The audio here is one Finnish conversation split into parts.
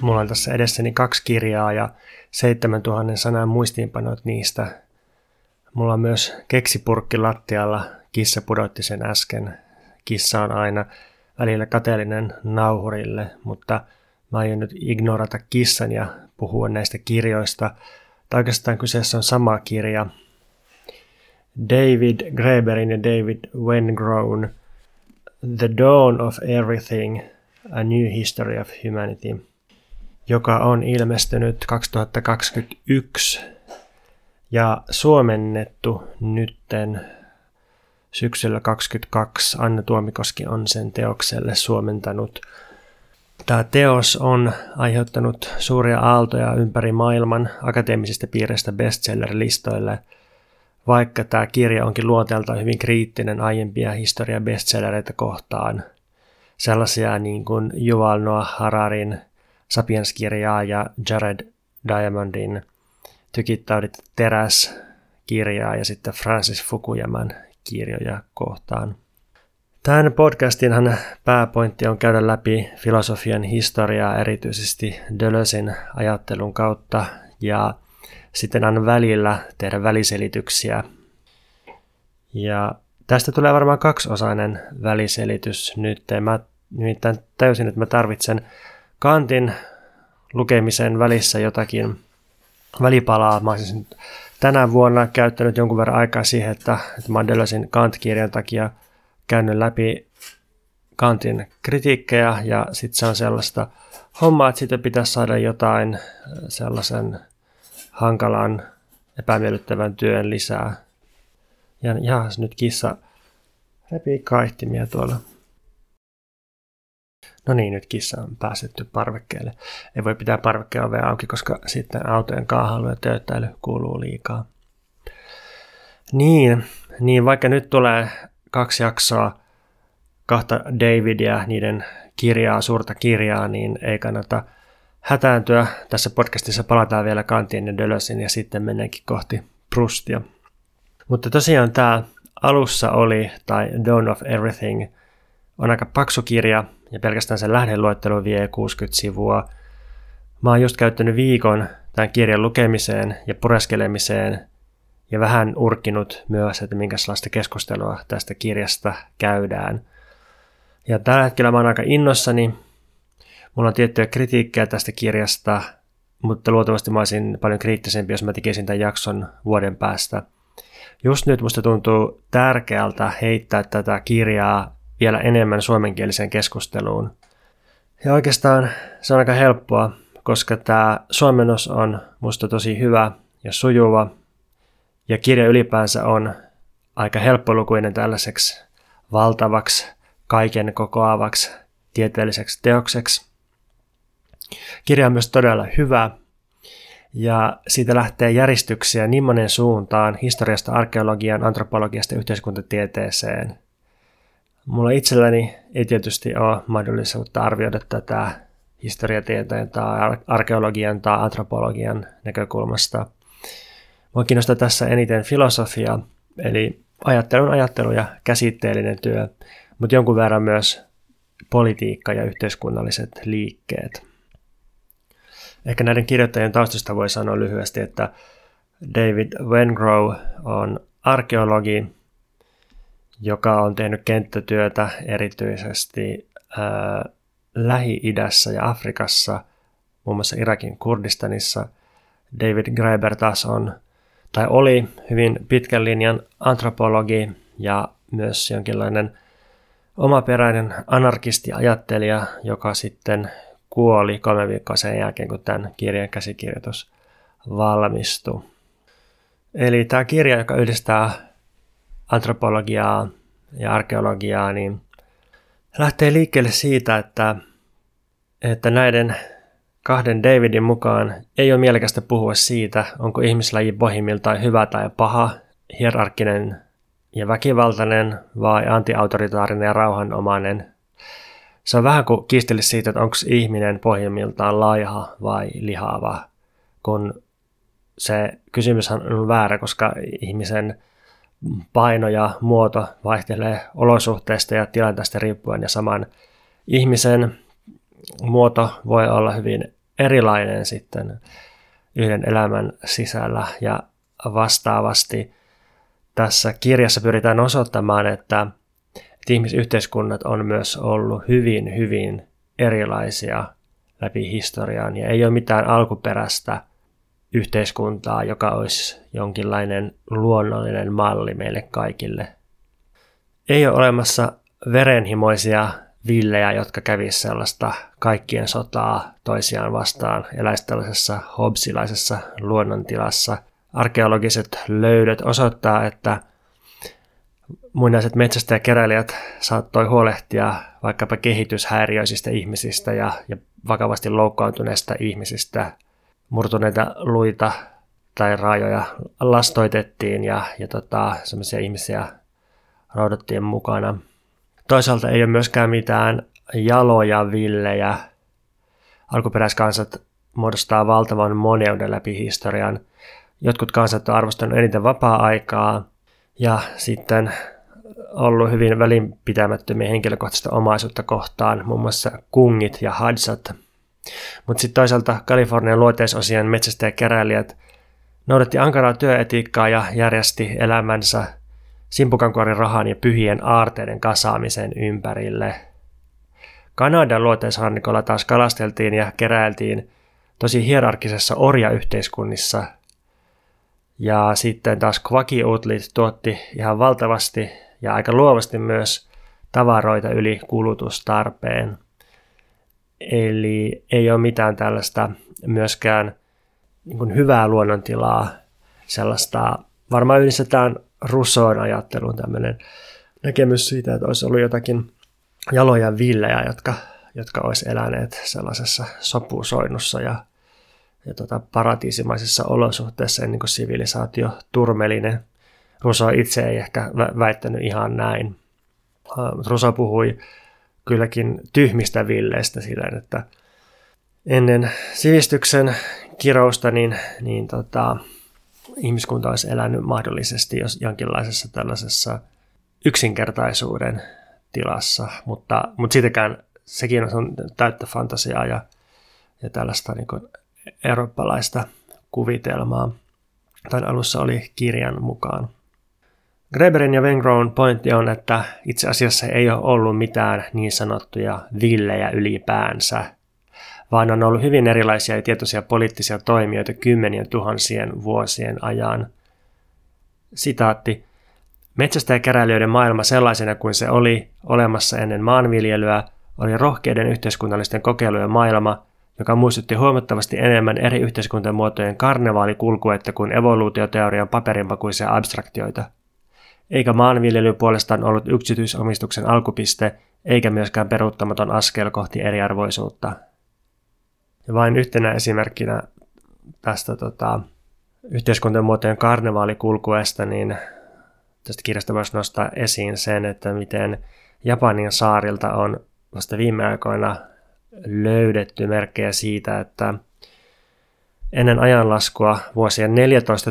Mulla on tässä edessäni 2 kirjaa ja 7000 sanan muistiinpanot niistä. Mulla on myös keksipurkki lattialla. Kissa pudotti sen äsken. Kissa on aina välillä kateellinen nauhurille, mutta mä aion nyt ignorata kissan ja puhua näistä kirjoista. Tai oikeastaan kyseessä on sama kirja. David Graeberin ja David Wengrown The Dawn of Everything, A New History of Humanity, joka on ilmestynyt 2021 ja suomennettu nytten syksyllä 2022. Anna Tuomikoski on sen teokselle suomentanut. Tämä teos on aiheuttanut suuria aaltoja ympäri maailman akateemisista piireistä bestseller-listoille, vaikka tämä kirja onkin luonteeltaan hyvin kriittinen aiempia historia-bestsellereitä kohtaan. Sellaisia niin kuin Yuval Noah Hararin Sapiens-kirjaa ja Jared Diamondin Tykittaudit teräs-kirjaa ja sitten Francis Fukuyaman kirjoja kohtaan. Tämän podcastinhan pääpointti on käydä läpi filosofian historiaa erityisesti Deleuzen ajattelun kautta ja sitten aina välillä tehdä väliselityksiä. Ja tästä tulee varmaan 2-osainen väliselitys nyt. Mä nimittäin täysin, että mä tarvitsen Kantin lukemisen välissä jotakin välipalaa. Mä olisin tänä vuonna käyttänyt jonkun verran aikaa siihen, että mä oon Deleuzen Kant-kirjan takia käynyt läpi Kantin kritiikkejä ja sitten se on sellaista hommaa, että siitä pitäisi saada jotain sellaisen hankalan, epämiellyttävän työn lisää. Ja nyt kissa repii kaihtimia tuolla. No niin, nyt kissa on päästetty parvekkeelle. Ei voi pitää parvekkeen ovea auki, koska sitten autojen kaahailu ja töyttäily kuuluu liikaa. Niin vaikka nyt tulee 2 jaksoa, 2 Davidia, niiden suurta kirjaa, niin ei kannata hätääntyä. Tässä podcastissa palataan vielä Kantiin ja Deleuzen ja sitten mennäänkin kohti Proustia. Mutta tosiaan tämä alussa oli, tai Dawn of Everything, on aika paksu kirja ja pelkästään sen lähdeluettelo vie 60 sivua. Mä oon just käyttänyt viikon tämän kirjan lukemiseen ja pureskelemiseen ja vähän urkkinut myös, että minkälaista keskustelua tästä kirjasta käydään. Ja tällä hetkellä mä oon aika innossani. Mulla on tiettyjä kritiikkejä tästä kirjasta, mutta luultavasti mä olisin paljon kriittisempi, jos mä tekisin tämän jakson vuoden päästä. Just nyt musta tuntuu tärkeältä heittää tätä kirjaa vielä enemmän suomenkieliseen keskusteluun. Ja oikeastaan se on aika helppoa, koska tämä suomennos on musta tosi hyvä ja sujuva, ja kirja ylipäänsä on aika helppolukuinen tällaiseksi valtavaksi, kaiken kokoavaksi tieteelliseksi teokseksi. Kirja on myös todella hyvä, ja siitä lähtee järjestyksiä niin monen suuntaan, historiasta, arkeologiaan, antropologiasta ja yhteiskuntatieteeseen. Mulla itselläni ei tietysti ole mahdollisuutta arvioida tätä historiatieteen tai arkeologian tai antropologian näkökulmasta. Mua kiinnostaa tässä eniten filosofia, eli ajattelu ja käsitteellinen työ, mutta jonkun verran myös politiikka ja yhteiskunnalliset liikkeet. Ehkä näiden kirjoittajien taustasta voi sanoa lyhyesti, että David Wengrow on arkeologi, joka on tehnyt kenttätyötä erityisesti Lähi-idässä ja Afrikassa, muun muassa Irakin Kurdistanissa. David Graeber taas oli hyvin pitkän linjan antropologi ja myös jonkinlainen omaperäinen anarkisti-ajattelija, joka sitten kuoli 3 viikkoa sen jälkeen, kun tämän kirjan käsikirjoitus valmistui. Eli tämä kirja, joka yhdistää antropologiaa ja arkeologiaa, niin lähtee liikkeelle siitä, että näiden 2 Davidin mukaan ei ole mielekästä puhua siitä, onko ihmislaji pohjimmiltaan hyvä tai paha, hierarkkinen ja väkivaltainen vai antiautoritaarinen ja rauhanomainen. Se on vähän kuin kiistelisi siitä, että onko ihminen pohjimmiltaan laiha vai lihava, kun se kysymyshän on väärä, koska ihmisen paino ja muoto vaihtelee olosuhteista ja tilanteesta riippuen, ja saman ihmisen muoto voi olla hyvin erilainen sitten yhden elämän sisällä. Ja vastaavasti tässä kirjassa pyritään osoittamaan, että ihmisyhteiskunnat on myös ollut hyvin, hyvin erilaisia läpi historian. Ja ei ole mitään alkuperäistä yhteiskuntaa, joka olisi jonkinlainen luonnollinen malli meille kaikille. Ei ole olemassa verenhimoisia villejä, jotka kävisivät sellaista kaikkien sotaa toisiaan vastaan, eläisivät tällaisessa hobbesilaisessa luonnontilassa. Arkeologiset löydöt osoittaa, että muinaiset metsästäjäkeräilijät saattoi huolehtia vaikkapa kehityshäiriöisistä ihmisistä ja vakavasti loukkaantuneista ihmisistä. Murtuneita luita tai raajoja lastoitettiin ja semmoisia ihmisiä raudattiin mukana. Toisaalta ei ole myöskään mitään jaloja villejä. Alkuperäiskansat muodostaa valtavan moneuden läpi historian. Jotkut kansat on arvostanut eniten vapaa-aikaa ja sitten ollut hyvin välinpitämättömiä henkilökohtaista omaisuutta kohtaan, muun muassa kungit ja hadsat. Mutta sitten toisaalta Kalifornian luoteisosien metsästäjäkeräilijät noudatti ankaraa työetiikkaa ja järjesti elämänsä simpukankuoren rahan ja pyhien aarteiden kasaamisen ympärille. Kanadan luoteisrannikolla taas kalasteltiin ja keräiltiin tosi hierarkisessa orjayhteiskunnissa. Ja sitten taas Kwakiutlit tuotti ihan valtavasti ja aika luovasti myös tavaroita yli kulutustarpeen. Eli ei ole mitään tällaista myöskään niin kuin hyvää luonnontilaa, sellaista, varmaan yhdistetään Rousseaun ajatteluun tämmöinen näkemys siitä, että olisi ollut jotakin jaloja villejä, jotka olisi eläneet sellaisessa sopusoinnussa ja paratiisimaisissa olosuhteissa ennen kuin sivilisaatio turmelinen. Rousseau itse ei ehkä väittänyt ihan näin. Rousseau puhui kylläkin tyhmistä villeistä sillä, että ennen sivistyksen kirousta ihmiskunta olisi elänyt mahdollisesti jonkinlaisessa tällaisessa yksinkertaisuuden tilassa, mutta siitäkään sekin on täyttä fantasiaa ja tällaista niin kuin eurooppalaista kuvitelmaa. Tämän alussa oli kirjan mukaan. Greberin ja Wengrown pointti on, että itse asiassa ei ole ollut mitään niin sanottuja villejä ylipäänsä, vaan on ollut hyvin erilaisia ja tietoisia poliittisia toimijoita kymmenien tuhansien vuosien ajan. Sitaatti: metsästäjäkeräilijöiden maailma sellaisena kuin se oli olemassa ennen maanviljelyä oli rohkeiden yhteiskunnallisten kokeilujen maailma, joka muistutti huomattavasti enemmän eri yhteiskuntamuotojen karnevaalikulkuetta kuin evoluutioteorian paperinmakuisia abstraktioita. Eikä maanviljely puolestaan ollut yksityisomistuksen alkupiste, eikä myöskään peruuttamaton askel kohti eriarvoisuutta. Ja vain yhtenä esimerkkinä tästä yhteiskuntamuotojen karnevaalikulkuesta, niin tästä kirjasta voisi nostaa esiin sen, että miten Japanin saarilta on vasta viime aikoina löydetty merkkejä siitä, että ennen ajanlaskua vuosien 14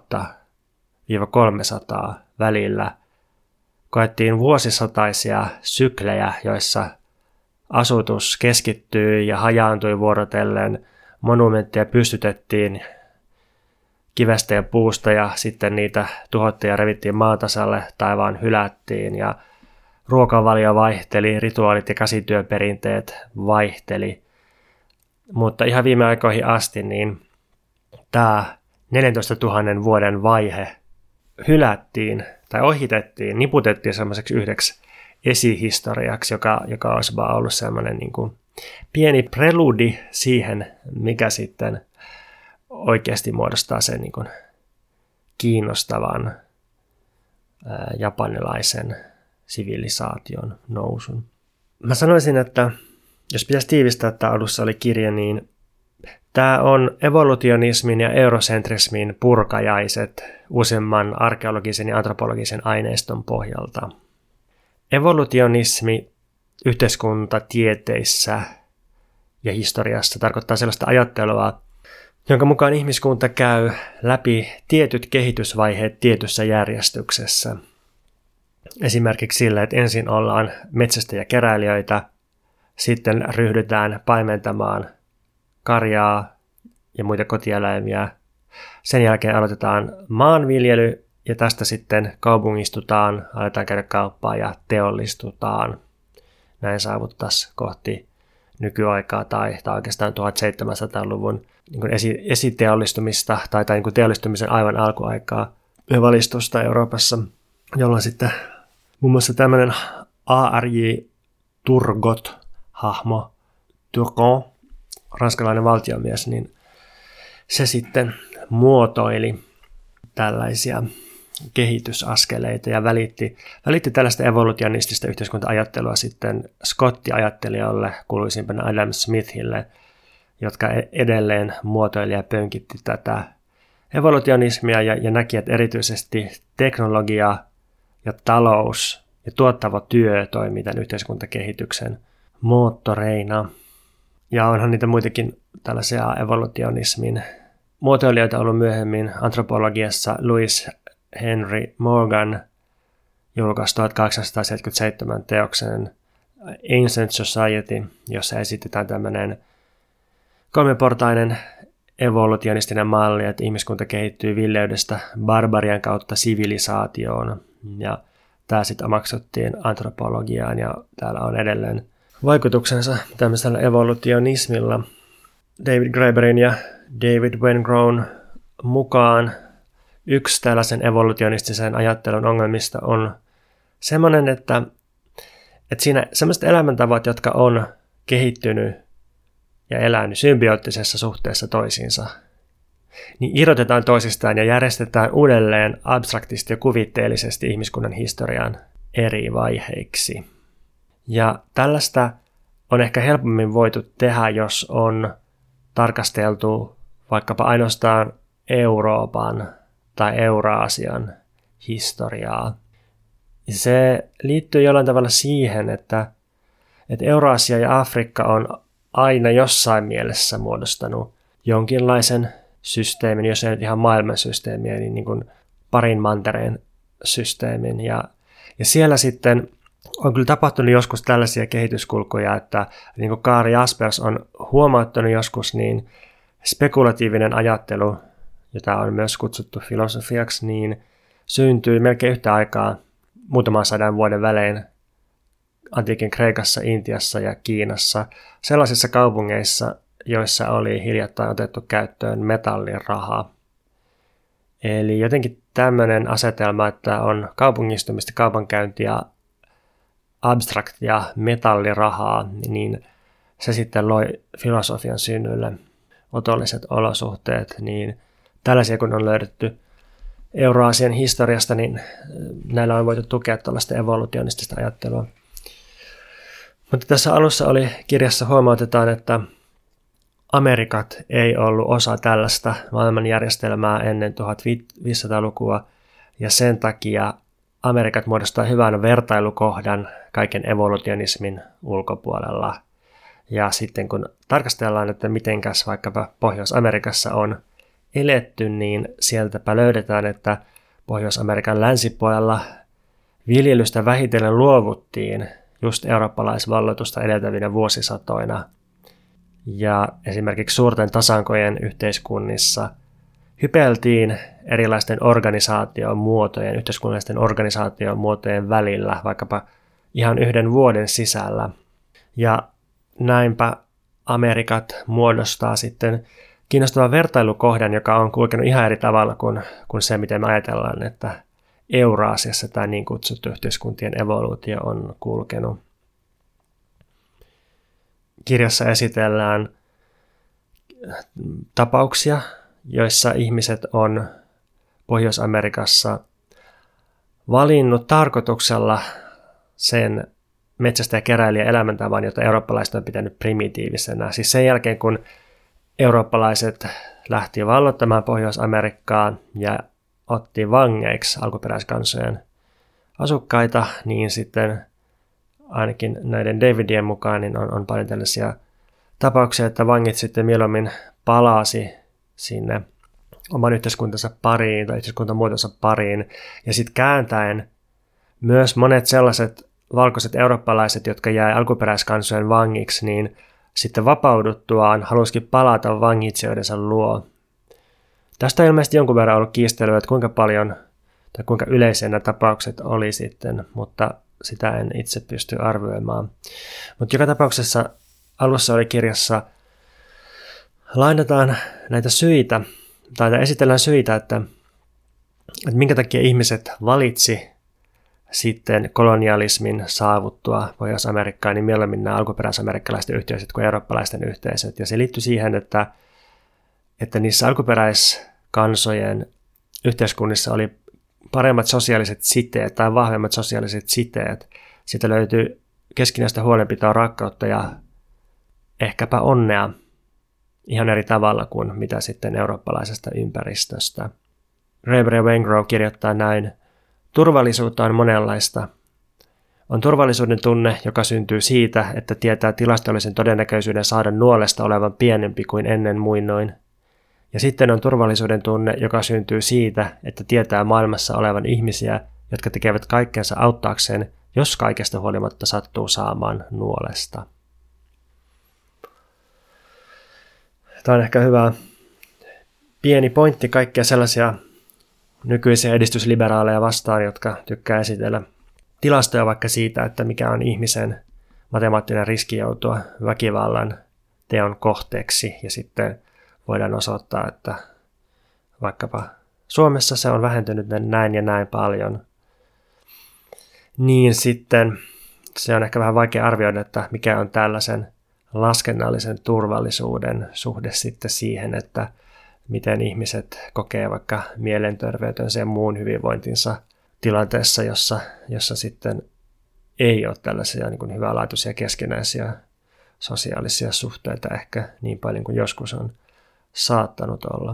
000–300 välillä koettiin vuosisataisia syklejä, joissa asutus keskittyi ja hajaantui vuorotellen, monumentteja pystytettiin kivestä ja puusta ja sitten niitä tuhottiin ja revittiin maatasalle tai vaan hylättiin ja ruokavalio vaihteli, rituaalit ja käsityöperinteet vaihteli. Mutta ihan viime aikoihin asti niin tämä 14 000 vuoden vaihe hylättiin tai ohitettiin, niputettiin semmoiseksi yhdeksi esihistoriaksi, joka olisi vaan ollut semmoinen niin kuin pieni preludi siihen, mikä sitten oikeasti muodostaa sen niin kuin kiinnostavan japanilaisen sivilisaation nousun. Mä sanoisin, että jos pitäisi tiivistää, että alussa oli kirja, niin tämä on evolutionismin ja eurosentrismin purkajaiset useamman arkeologisen ja antropologisen aineiston pohjalta. Evolutionismi yhteiskuntatieteissä ja historiassa tarkoittaa sellaista ajattelua, jonka mukaan ihmiskunta käy läpi tietyt kehitysvaiheet tietyssä järjestyksessä. Esimerkiksi sillä, että ensin ollaan metsästäjäkeräilijöitä, sitten ryhdytään paimentamaan karjaa ja muita kotieläimiä. Sen jälkeen aloitetaan maanviljely ja tästä sitten kaupungistutaan, aletaan käydä kauppaa ja teollistutaan. Näin saavuttaisiin kohti nykyaikaa tai oikeastaan 1700-luvun niin kuin esiteollistumista tai niin kuin teollistumisen aivan alkuaikaa ja valistusta Euroopassa, jolloin sitten muun muassa tämmöinen A.R.J. Turgot-hahmo, Turgon, ranskalainen valtiomies, niin se sitten muotoili tällaisia kehitysaskeleita ja välitti tällaista evolutionistista yhteiskunta-ajattelua sitten Scotti-ajattelijoille, kuuluisimpana Adam Smithille, jotka edelleen muotoili ja pönkitti tätä evolutionismia ja näki, että erityisesti teknologia ja talous ja tuottava työ toimii tämän yhteiskuntakehityksen moottoreina. Ja onhan niitä muitakin tällaisia evolutionismin muotoilijoita ollut myöhemmin. Antropologiassa Louis Henry Morgan julkaisi 1877 teoksen Ancient Society, jossa esitetään tämmöinen kolmiportainen evolutionistinen malli, että ihmiskunta kehittyy villeydestä barbarian kautta sivilisaatioon. Ja tämä sitten omaksuttiin antropologiaan ja täällä on edelleen vaikutuksensa tämmöisellä evolutionismilla. David Graeberin ja David Wengrown mukaan yksi tällaisen evolutionistisen ajattelun ongelmista on semmoinen, että siinä sellaiset elämäntavat, jotka on kehittynyt ja elänyt symbioottisessa suhteessa toisiinsa, niin irrotetaan toisistaan ja järjestetään uudelleen abstraktisti ja kuvitteellisesti ihmiskunnan historian eri vaiheiksi. Ja tällaista on ehkä helpommin voitu tehdä, jos on tarkasteltu vaikkapa ainoastaan Euroopan tai Euraasian historiaa. Se liittyy jollain tavalla siihen, että Euraasia ja Afrikka on aina jossain mielessä muodostanut jonkinlaisen systeemin, jos ei nyt ihan maailman systeemiä, niin kuin parin mantereen systeemin. Ja siellä sitten on kyllä tapahtunut joskus tällaisia kehityskulkuja, että niin kuin Kari Jaspers on huomauttanut joskus, niin spekulatiivinen ajattelu, jota on myös kutsuttu filosofiaksi, niin syntyi melkein yhtä aikaa muutaman sadan vuoden välein antiikin Kreikassa, Intiassa ja Kiinassa, sellaisissa kaupungeissa, joissa oli hiljattain otettu käyttöön metalliraha. Eli jotenkin tämmöinen asetelma, että on kaupungistumista, kaupankäyntiä, abstraktia metallirahaa, niin se sitten loi filosofian synnylle otolliset olosuhteet, niin tällaisia kun on löydetty Euraasian historiasta, niin näillä on voitu tukea tällaista evolutionistista ajattelua. Mutta tässä alussa kirjassa huomautetaan, että Amerikat ei ollut osa tällaista maailmanjärjestelmää ennen 1500-lukua, ja sen takia Amerikat muodostaa hyvän vertailukohdan kaiken evolutionismin ulkopuolella. Ja sitten kun tarkastellaan, että mitenkäs vaikkapa Pohjois-Amerikassa on eletty, niin sieltäpä löydetään, että Pohjois-Amerikan länsipuolella viljelystä vähitellen luovuttiin just eurooppalaisvalloitusta edeltävinä vuosisatoina. Ja esimerkiksi suurten tasankojen yhteiskunnissa hypeltiin erilaisten organisaatiomuotojen, yhteiskunnallisten organisaatiomuotojen välillä, vaikkapa ihan yhden vuoden sisällä. Ja näinpä Amerikat muodostaa sitten kiinnostavan vertailukohdan, joka on kulkenut ihan eri tavalla kuin se, miten me ajatellaan, että Euraasiassa tämä niin kutsuttu yhteiskuntien evoluutio on kulkenut. Kirjassa esitellään tapauksia, joissa ihmiset on Pohjois-Amerikassa valinnut tarkoituksella sen metsästäjä- ja keräilijä elämäntavan, jota eurooppalaiset on pitänyt primitiivisenä. Siis sen jälkeen, kun eurooppalaiset lähti valloittamaan Pohjois-Amerikkaa ja otti vangeiksi alkuperäiskansojen asukkaita, niin sitten ainakin näiden Davidien mukaan niin on paljon tällaisia tapauksia, että vangit sitten mieluummin palasi sinne oman yhteiskuntansa pariin tai yhteiskuntamuotonsa pariin, ja sitten kääntäen myös monet sellaiset valkoiset eurooppalaiset, jotka jäi alkuperäiskansojen vangiksi, niin sitten vapauduttuaan halusikin palata vangitsijoidensa luo. Tästä on ilmeisesti jonkun verran ollut kiistelyä, että kuinka paljon tai kuinka yleisiä nämä tapaukset oli sitten, mutta sitä en itse pysty arvioimaan. Mutta joka tapauksessa alussa oli kirjassa lainataan näitä syitä, tai esitellään syitä, että minkä takia ihmiset valitsi sitten kolonialismin saavuttua Pohjois-Amerikkaan, niin mieluummin nämä alkuperäisamerikkalaisten yhteisöt kuin eurooppalaisten yhteisöt. Ja se liittyy siihen, että niissä alkuperäiskansojen yhteiskunnissa oli paremmat sosiaaliset siteet tai vahvemmat sosiaaliset siteet. Siitä löytyy keskinäistä huolenpitoa, rakkautta ja ehkäpä onnea ihan eri tavalla kuin mitä sitten eurooppalaisesta ympäristöstä. Graeber ja Wengrow kirjoittaa näin: turvallisuutta on monenlaista. On turvallisuuden tunne, joka syntyy siitä, että tietää tilastollisen todennäköisyyden saada nuolesta olevan pienempi kuin ennen muinoin. Ja sitten on turvallisuuden tunne, joka syntyy siitä, että tietää maailmassa olevan ihmisiä, jotka tekevät kaikkensa auttaakseen, jos kaikesta huolimatta sattuu saamaan nuolesta. Tämä on ehkä hyvä pieni pointti kaikkia sellaisia nykyisiä edistysliberaaleja vastaan, jotka tykkää esitellä tilastoja vaikka siitä, että mikä on ihmisen matemaattinen riski joutua väkivallan teon kohteeksi, ja sitten voidaan osoittaa, että vaikkapa Suomessa se on vähentynyt näin ja näin paljon, niin sitten se on ehkä vähän vaikea arvioida, että mikä on tällaisen laskennallisen turvallisuuden suhde sitten siihen, että miten ihmiset kokee vaikka mielenterveytensä ja muun hyvinvointinsa tilanteessa, jossa sitten ei ole tällaisia niin kuin hyvänlaatuisia keskinäisiä sosiaalisia suhteita ehkä niin paljon kuin joskus on saattanut olla.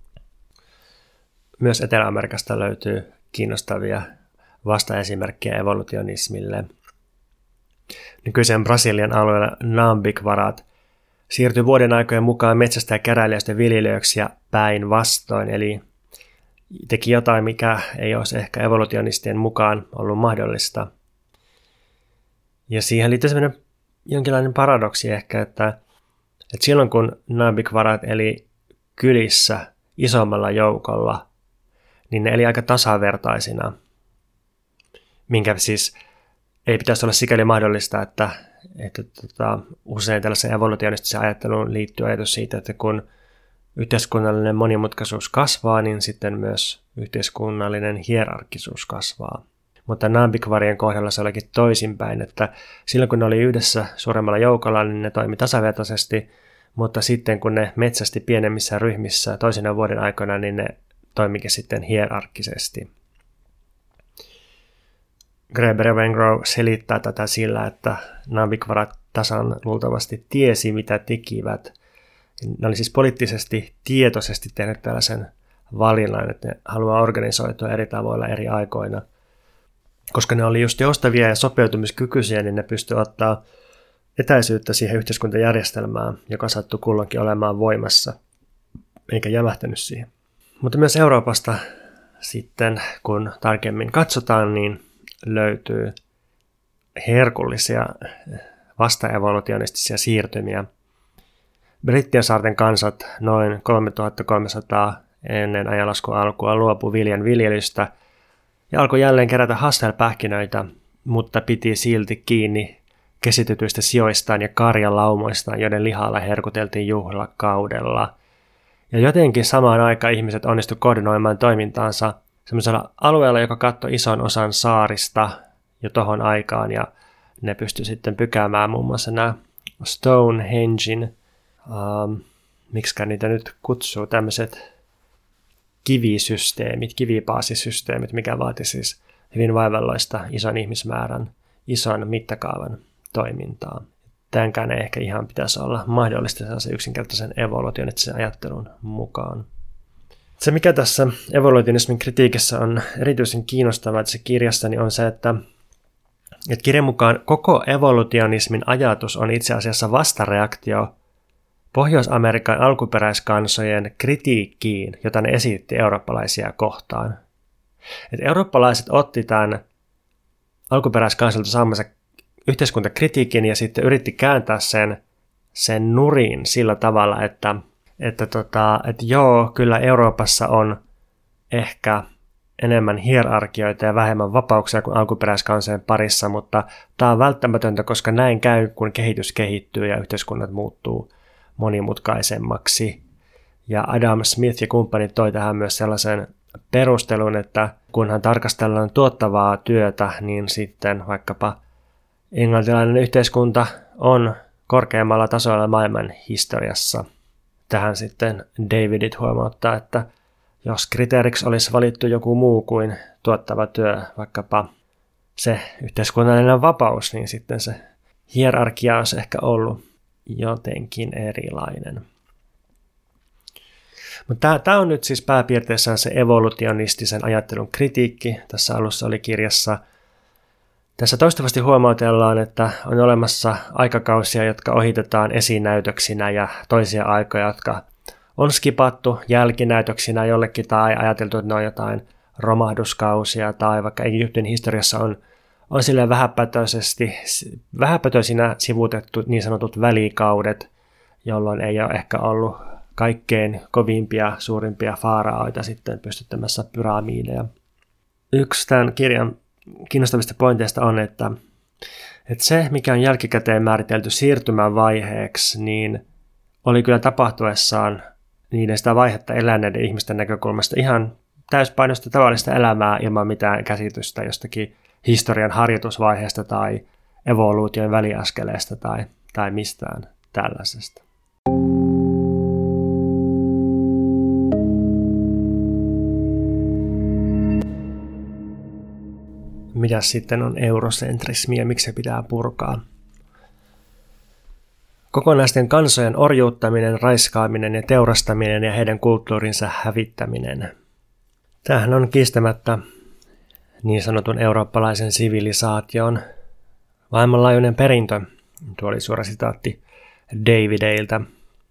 Myös Etelä-Amerikasta löytyy kiinnostavia vastaesimerkkejä evolutionismille. Nykyisen Brasilian alueella Nambiquarat siirtyi vuoden aikojen mukaan metsästä ja käräilijöistä viljelijöiksi ja päinvastoin, eli teki jotain, mikä ei olisi ehkä evolutionistien mukaan ollut mahdollista. Ja siihen liittyy sellainen jonkinlainen paradoksi ehkä, että silloin kun Nambiquarat eli kylissä isommalla joukolla, niin ne eli aika tasavertaisina, minkä siis ei pitäisi olla sikäli mahdollista, että usein tällaisen evolutionistisen ajatteluun liittyy ajatus siitä, että kun yhteiskunnallinen monimutkaisuus kasvaa, niin sitten myös yhteiskunnallinen hierarkisuus kasvaa. Mutta Nambiquarien kohdalla se olikin toisinpäin, että silloin kun ne oli yhdessä suuremmalla joukolla, niin ne toimi tasavertaisesti, mutta sitten kun ne metsästi pienemmissä ryhmissä toisina vuoden aikana, niin ne toimikin sitten hierarkkisesti. Graeber ja Wengrow selittää tätä sillä, että Nambiquarat tasan luultavasti tiesi, mitä tekivät. Ne oli siis poliittisesti tietoisesti tehnyt tällaisen valinnan, että ne haluaa organisoitua eri tavoilla eri aikoina. Koska ne oli just joustavia ja sopeutumiskykyisiä, niin ne pystyivät ottaa etäisyyttä siihen yhteiskuntajärjestelmään, joka sattui kulloinkin olemaan voimassa, eikä jämähtänyt siihen. Mutta myös Euroopasta sitten, kun tarkemmin katsotaan, niin löytyy herkullisia vastaevolutionistisia siirtymiä. Brittien saarten kansat noin 3300 ennen ajanlaskun alkua luopui viljan viljelystä ja alkoi jälleen kerätä hastelpähkinöitä, mutta piti silti kiinni kesitytyistä sijoistaan ja karjalaumoistaan, joiden lihalla herkuteltiin juhlakaudella. Ja jotenkin samaan aikaan ihmiset onnistuivat koordinoimaan toimintaansa sellaisella alueella, joka kattoi ison osan saarista jo tohon aikaan, ja ne pystyi sitten pykäämään muun muassa nämä Stonehengen, miksikä niitä nyt kutsuu, tämmöiset kivisysteemit, kivipaasisysteemit, mikä vaati siis hyvin vaivalloista ison ihmismäärän, ison mittakaavan toimintaa. Tämänkään ei ehkä ihan pitäisi olla mahdollista sellaisen yksinkertaisen evolutionistisen ajattelun mukaan. Se, mikä tässä evolutionismin kritiikissä on erityisen kiinnostavaa tässä kirjassa, niin on se, että kirjan mukaan koko evolutionismin ajatus on itse asiassa vastareaktio Pohjois-Amerikan alkuperäiskansojen kritiikkiin, jota ne esitti eurooppalaisia kohtaan. Et eurooppalaiset otti tämän alkuperäiskansalta saamansa yhteiskuntakritiikin ja sitten yritti kääntää sen sen nurin sillä tavalla, että joo, kyllä Euroopassa on ehkä enemmän hierarkioita ja vähemmän vapauksia kuin alkuperäiskansojen parissa, mutta tämä on välttämätöntä, koska näin käy, kun kehitys kehittyy ja yhteiskunnat muuttuu monimutkaisemmaksi. Ja Adam Smith ja kumppanit toi tähän myös sellaisen perustelun, että kunhan tarkastellaan tuottavaa työtä, niin sitten vaikkapa englantilainen yhteiskunta on korkeammalla tasolla maailman historiassa. Tähän sitten Davidit huomauttaa, että jos kriteeriksi olisi valittu joku muu kuin tuottava työ, vaikkapa se yhteiskunnallinen vapaus, niin sitten se hierarkia olisi ehkä ollut jotenkin erilainen. Mutta tämä on nyt siis pääpiirteissään se evolutionistisen ajattelun kritiikki. Tässä alussa oli kirjassa. Tässä toistuvasti huomautellaan, että on olemassa aikakausia, jotka ohitetaan esinäytöksinä ja toisia aikoja, jotka on skipattu jälkinäytöksinä jollekin tai ajateltu, että ne on jotain romahduskausia tai vaikka Egyptin historiassa on silleen vähäpätöisinä sivuutettu niin sanotut välikaudet, jolloin ei ole ehkä ollut kaikkein kovimpia, suurimpia faaraoita sitten pystyttämässä pyramideja. Yksi tämän kirjan kiinnostavista pointeista on, että se, mikä on jälkikäteen määritelty siirtymävaiheeksi, niin oli kyllä tapahtuessaan niiden sitä vaihetta eläneiden ihmisten näkökulmasta ihan täyspainoista tavallista elämää ilman mitään käsitystä jostakin historian harjoitusvaiheesta tai evoluution väliaskeleesta tai mistään tällaisesta. Mitä sitten on eurosentrismi ja miksi se pitää purkaa? Kokonaisten kansojen orjuuttaminen, raiskaaminen ja teurastaminen ja heidän kulttuurinsa hävittäminen. Tämähän on kiistämättä niin sanotun eurooppalaisen sivilisaation maailmanlaajuinen perintö. Tuo oli suora sitaatti Davideiltä.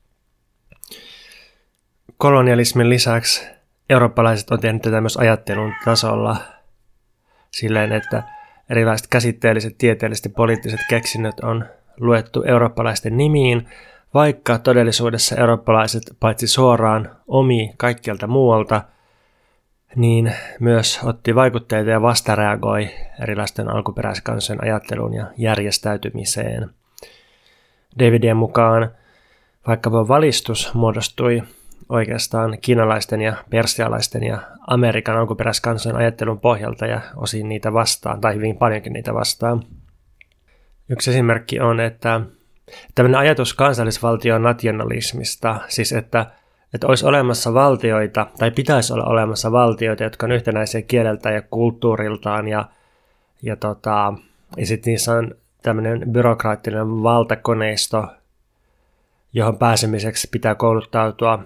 Kolonialismin lisäksi eurooppalaiset on tehnyt tätä myös ajattelun tasolla silleen, että erilaiset käsitteelliset, tieteelliset ja poliittiset keksinnöt on luettu eurooppalaisten nimiin, vaikka todellisuudessa eurooppalaiset paitsi suoraan omi kaikkialta muualta, niin myös otti vaikutteita ja vastareagoi erilaisten alkuperäiskansojen ajatteluun ja järjestäytymiseen. Davidien mukaan vaikkapa valistus muodostui oikeastaan kiinalaisten ja persialaisten ja Amerikan alkuperäiskansojen ajattelun pohjalta ja osin niitä vastaan, tai hyvin paljonkin niitä vastaan. Yksi esimerkki on, että tämmöinen ajatus kansallisvaltion nationalismista, siis että olisi olemassa valtioita, tai pitäisi olla olemassa valtioita, jotka on yhtenäisiä kieleltään ja kulttuuriltaan, ja sitten niissä on tämmöinen byrokraattinen valtakoneisto, johon pääsemiseksi pitää kouluttautua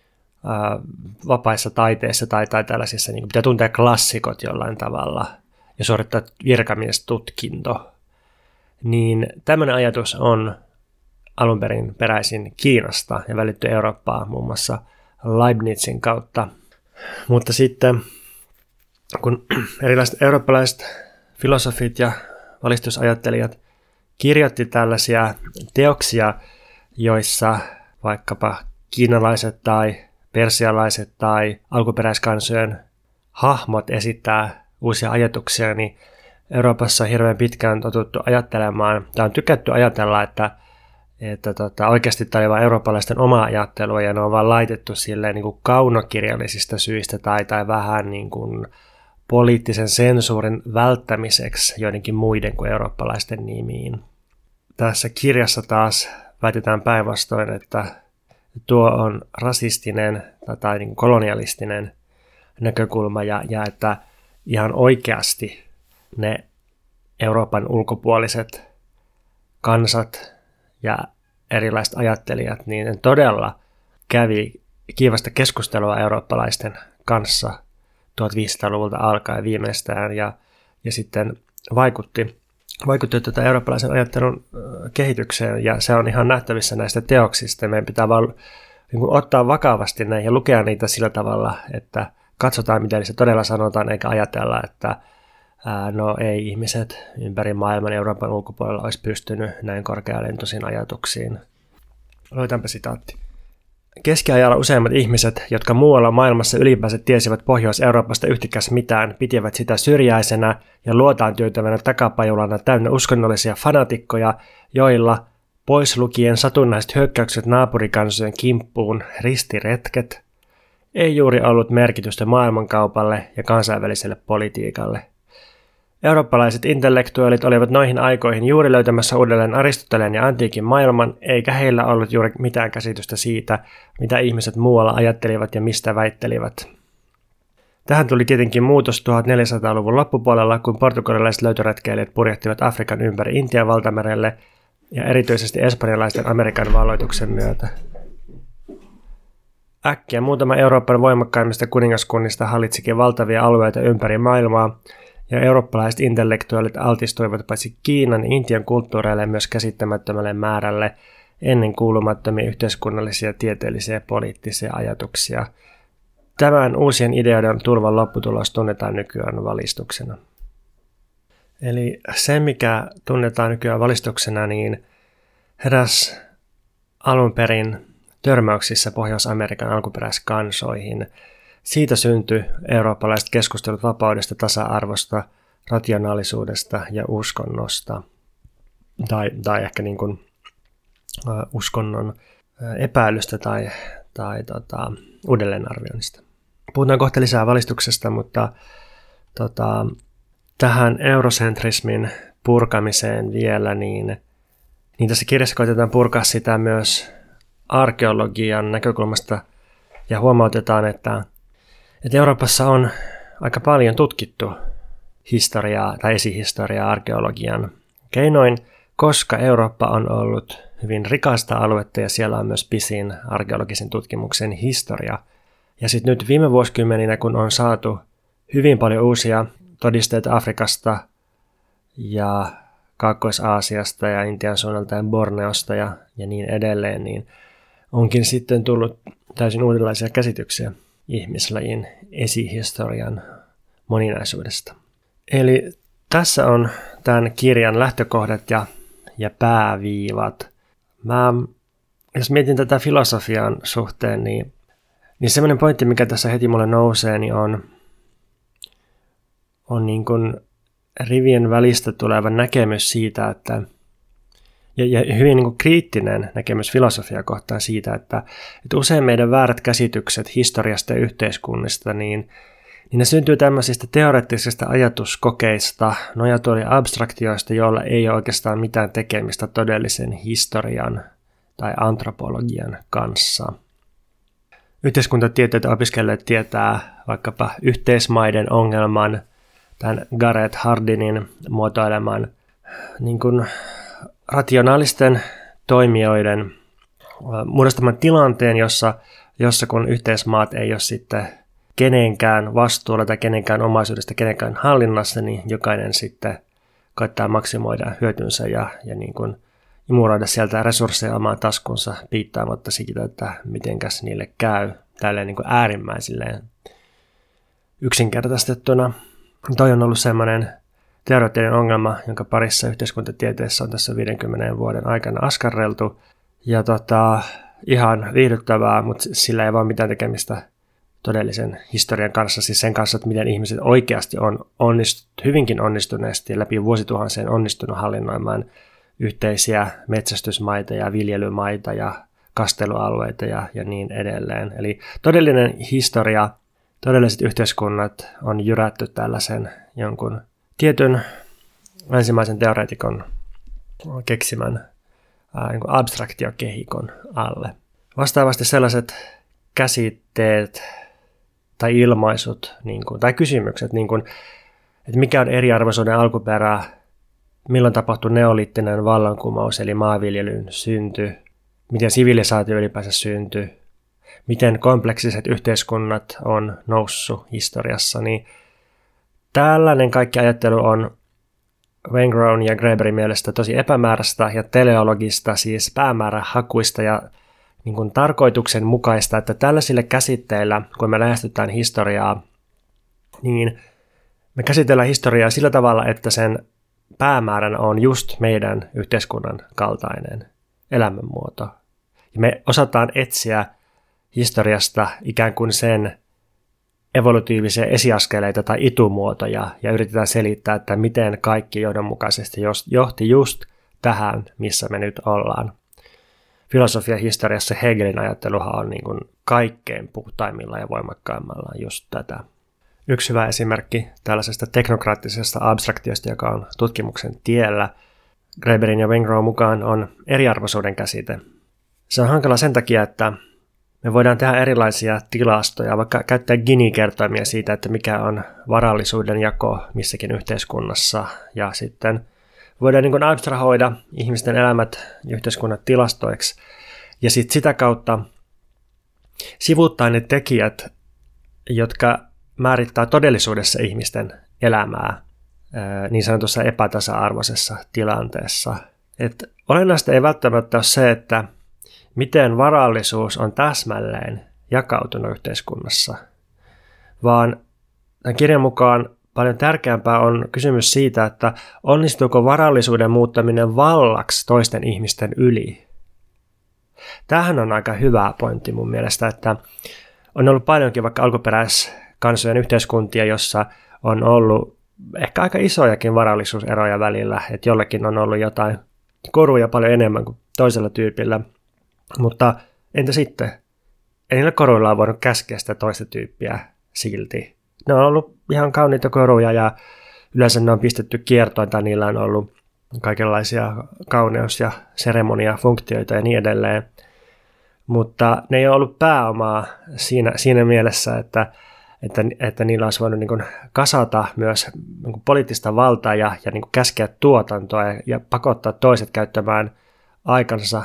vapaissa taiteissa tai tällaisissa, niin pitää tuntea klassikot jollain tavalla ja suorittaa virkamiestutkinto. Niin tämmöinen ajatus on alun perin peräisin Kiinasta ja välitty Eurooppaa muun muassa Leibnizin kautta. Mutta sitten kun erilaiset eurooppalaiset filosofit ja valistusajattelijat kirjoitti tällaisia teoksia, joissa vaikkapa kiinalaiset tai persialaiset tai alkuperäiskansojen hahmot esittää uusia ajatuksia, niin Euroopassa on hirveän pitkään totuttu ajattelemaan, tai on tykätty ajatella, että oikeasti tämä oli vain eurooppalaisten oma ajattelua, ja ne on vaan laitettu silleen niin kuin kaunokirjallisista syistä tai vähän niin kuin poliittisen sensuurin välttämiseksi joidenkin muiden kuin eurooppalaisten nimiin. Tässä kirjassa taas väitetään päinvastoin, että tuo on rasistinen tai niin kuin kolonialistinen näkökulma ja että ihan oikeasti ne Euroopan ulkopuoliset kansat ja erilaiset ajattelijat, niin ne todella kävi kiivasta keskustelua eurooppalaisten kanssa 1500-luvulta alkaen viimeistään ja sitten vaikutti eurooppalaisen ajattelun kehitykseen, ja se on ihan nähtävissä näistä teoksista. Meidän pitää vaan niin kuin ottaa vakavasti näihin ja lukea niitä sillä tavalla, että katsotaan, miten se todella sanotaan, eikä ajatella, että no ei ihmiset ympäri maailman Euroopan ulkopuolella olisi pystynyt näin korkealentoisiin ajatuksiin. Aloitanpa sitaatti. Keskiajalla useimmat ihmiset, jotka muualla maailmassa ylipäänsä tiesivät Pohjois-Euroopasta yhtikäs mitään, pitivät sitä syrjäisenä ja luotaan työtävänä takapajulana täynnä uskonnollisia fanatikkoja, joilla, pois lukien satunnaiset hyökkäykset naapurikansojen kimppuun, ristiretket, ei juuri ollut merkitystä maailmankaupalle ja kansainväliselle politiikalle. Eurooppalaiset intellektuaalit olivat noihin aikoihin juuri löytämässä uudelleen Aristoteleen ja antiikin maailman, eikä heillä ollut juuri mitään käsitystä siitä, mitä ihmiset muualla ajattelivat ja mistä väittelivät. Tähän tuli tietenkin muutos 1400-luvun loppupuolella, kun portugalilaiset löytöretkeilijät purjehtivat Afrikan ympäri Intian valtamerelle ja erityisesti espanjalaisten Amerikan valloituksen myötä. Äkkiä muutama Euroopan voimakkaimmista kuningaskunnista hallitsikin valtavia alueita ympäri maailmaa, ja eurooppalaiset intellektuaalit altistuivat paitsi Kiinan ja Intian kulttuureille myös käsittämättömälle määrälle ennen kuulumattomia yhteiskunnallisia, tieteellisiä ja poliittisia ajatuksia. Tämän uusien ideoiden turvan lopputulos tunnetaan nykyään valistuksena. Eli se, mikä tunnetaan nykyään valistuksena, niin heräsi alun perin törmäyksissä Pohjois-Amerikan alkuperäiskansoihin. Siitä syntyi eurooppalaiset keskustelut vapaudesta, tasa-arvosta, rationaalisuudesta ja uskonnosta. Tai ehkä niin kuin, uskonnon epäilystä tai uudelleenarvioinnista. Puhutaan kohta lisää valistuksesta, mutta tähän eurosentrismin purkamiseen vielä, niin tässä kirjassa koitetaan purkaa sitä myös arkeologian näkökulmasta ja huomautetaan, että Euroopassa on aika paljon tutkittu historiaa tai esihistoriaa arkeologian keinoin, koska Eurooppa on ollut hyvin rikasta aluetta ja siellä on myös pisin arkeologisen tutkimuksen historia. Ja sitten nyt viime vuosikymmeninä, kun on saatu hyvin paljon uusia todisteita Afrikasta ja Kaakkois-Aasiasta ja Intian suunnalta ja Borneosta ja niin edelleen, niin onkin sitten tullut täysin uudenlaisia käsityksiä ihmislajin esihistorian moninaisuudesta. Eli tässä on tämän kirjan lähtökohdat ja pääviivat. Jos mietin tätä filosofian suhteen, niin semmoinen pointti, mikä tässä heti mulle nousee, niin on niin kuin rivien välistä tuleva näkemys siitä, että ja hyvin niin kuin kriittinen näkemys filosofiaa kohtaan siitä, että usein meidän väärät käsitykset historiasta ja yhteiskunnista, niin ne syntyy tämmöisistä teoreettisista ajatuskokeista, nojatuoli abstraktioista, joilla ei ole oikeastaan mitään tekemistä todellisen historian tai antropologian kanssa. Yhteiskuntatieteitä opiskelijat tietää vaikkapa yhteismaiden ongelman, tämän Gareth Hardinin muotoileman niin kuin rationaalisten toimijoiden muodostaman tilanteen, jossa kun yhteismaat ei ole sitten kenenkään vastuulla tai kenenkään omaisuudesta, kenenkään hallinnassa, niin jokainen sitten koittaa maksimoida hyötynsä ja niin kuin imuroida sieltä resursseja omaan taskunsa piittaamatta siitä, että mitenkäs niille käy tälleen niin kuin äärimmäisilleen yksinkertaistettuna. Toi on ollut semmoinen teoreettinen ongelma, jonka parissa yhteiskuntatieteessä on tässä 50 vuoden aikana askarreltu. Ja ihan viihdyttävää, mutta sillä ei vaan mitään tekemistä todellisen historian kanssa, siis sen kanssa, että miten ihmiset oikeasti on hyvinkin onnistuneesti läpi vuosituhansien onnistunut hallinnoimaan yhteisiä metsästysmaita ja viljelymaita ja kastelualueita ja niin edelleen. Eli todellinen historia, todelliset yhteiskunnat on jyrätty tällaisen jonkun tietyn länsimaisen teoreetikon keksimän abstraktiokehikon alle. Vastaavasti sellaiset käsitteet tai ilmaisut tai kysymykset, että mikä on eriarvoisuuden alkuperä, milloin tapahtui neoliittinen vallankumous eli maanviljelyn synty, miten sivilisaatio ylipäänsä syntyi, miten kompleksiset yhteiskunnat on noussut historiassa, niin tällainen kaikki ajattelu on Wengrown ja Graeberin mielestä tosi epämääräistä ja teleologista, siis päämäärähakuista ja niin kuin tarkoituksenmukaista, että tällaisilla käsitteillä, kun me lähestytään historiaa, niin me käsitellään historiaa sillä tavalla, että sen päämääränä on just meidän yhteiskunnan kaltainen elämänmuoto. Ja me osataan etsiä historiasta ikään kuin sen evolutiivisia esiaskeleita tai itumuotoja ja yritetään selittää, että miten kaikki johdonmukaisesti johti just tähän, missä me nyt ollaan. Filosofian historiassa Hegelin ajatteluhan on niin kuin kaikkein puhtaimmilla ja voimakkaimmalla just tätä. Yksi hyvä esimerkki tällaisesta teknokraattisesta abstraktiosta, joka on tutkimuksen tiellä, Graeberin ja Wengrow mukaan on eriarvoisuuden käsite. Se on hankala sen takia, että me voidaan tehdä erilaisia tilastoja, vaikka käyttää Gini-kertoimia siitä, että mikä on varallisuuden jako missäkin yhteiskunnassa. Ja sitten voidaan niin kuin abstrahoida ihmisten elämät ja yhteiskunnat tilastoiksi. Ja sitten sitä kautta sivuuttaa ne tekijät, jotka määrittää todellisuudessa ihmisten elämää niin sanotussa epätasa-arvoisessa tilanteessa. Et olennaista ei välttämättä ole se, että miten varallisuus on täsmälleen jakautunut yhteiskunnassa, vaan tämän kirjan mukaan paljon tärkeämpää on kysymys siitä, että onnistuuko varallisuuden muuttaminen vallaksi toisten ihmisten yli. Tämähän on aika hyvä pointti mun mielestä, että on ollut paljonkin vaikka alkuperäiskansojen yhteiskuntia, jossa on ollut ehkä aika isojakin varallisuuseroja välillä, että jollekin on ollut jotain koruja paljon enemmän kuin toisella tyypillä. Mutta entä sitten? Ei niillä koruilla on voinut käskeä sitä toista tyyppiä silti. Ne on ollut ihan kauniita koruja ja yleensä ne on pistetty kiertoon tai niillä on ollut kaikenlaisia kauneus- ja seremoniafunktioita ja niin edelleen. Mutta ne ei ole ollut pääomaa siinä mielessä, että niillä olisi voinut niin kuin kasata myös niin kuin poliittista valtaa ja niin kuin käskeä tuotantoa ja pakottaa toiset käyttämään aikansa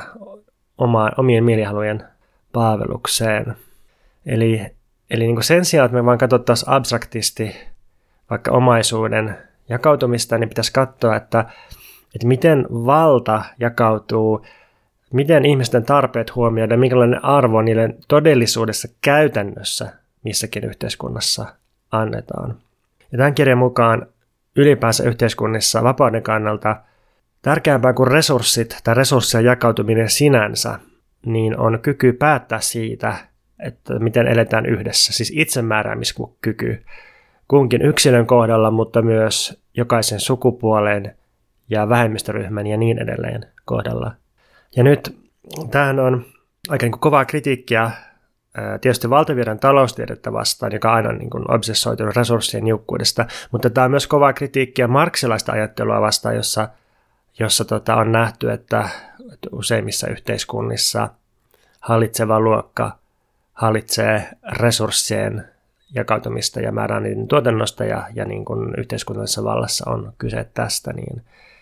omien mielihalujen palvelukseen. Eli niin kuin sen sijaan, että me vaan katsottaisiin abstraktisti vaikka omaisuuden jakautumista, niin pitäisi katsoa, että miten valta jakautuu, miten ihmisten tarpeet huomioidaan, minkälainen arvo niille todellisuudessa käytännössä missäkin yhteiskunnassa annetaan. Ja tämän kirjan mukaan ylipäänsä yhteiskunnissa vapauden kannalta tärkeämpää kuin resurssit tai resurssien jakautuminen sinänsä, niin on kyky päättää siitä, että miten eletään yhdessä, siis itsemääräämiskyky kunkin yksilön kohdalla, mutta myös jokaisen sukupuolen ja vähemmistöryhmän ja niin edelleen kohdalla. Ja nyt tämähän on aika niin kuin kovaa kritiikkiä tietysti valtavirran taloustiedettä vastaan, joka aina on niin kuin obsessoitunut resurssien niukkuudesta, mutta tämä on myös kovaa kritiikkiä marxilaista ajattelua vastaan, jossa on nähty, että useimmissa yhteiskunnissa hallitseva luokka hallitsee resurssien jakautumista ja määrää niiden tuotannosta ja niin kuin yhteiskunnallisessa vallassa on kyse tästä, niin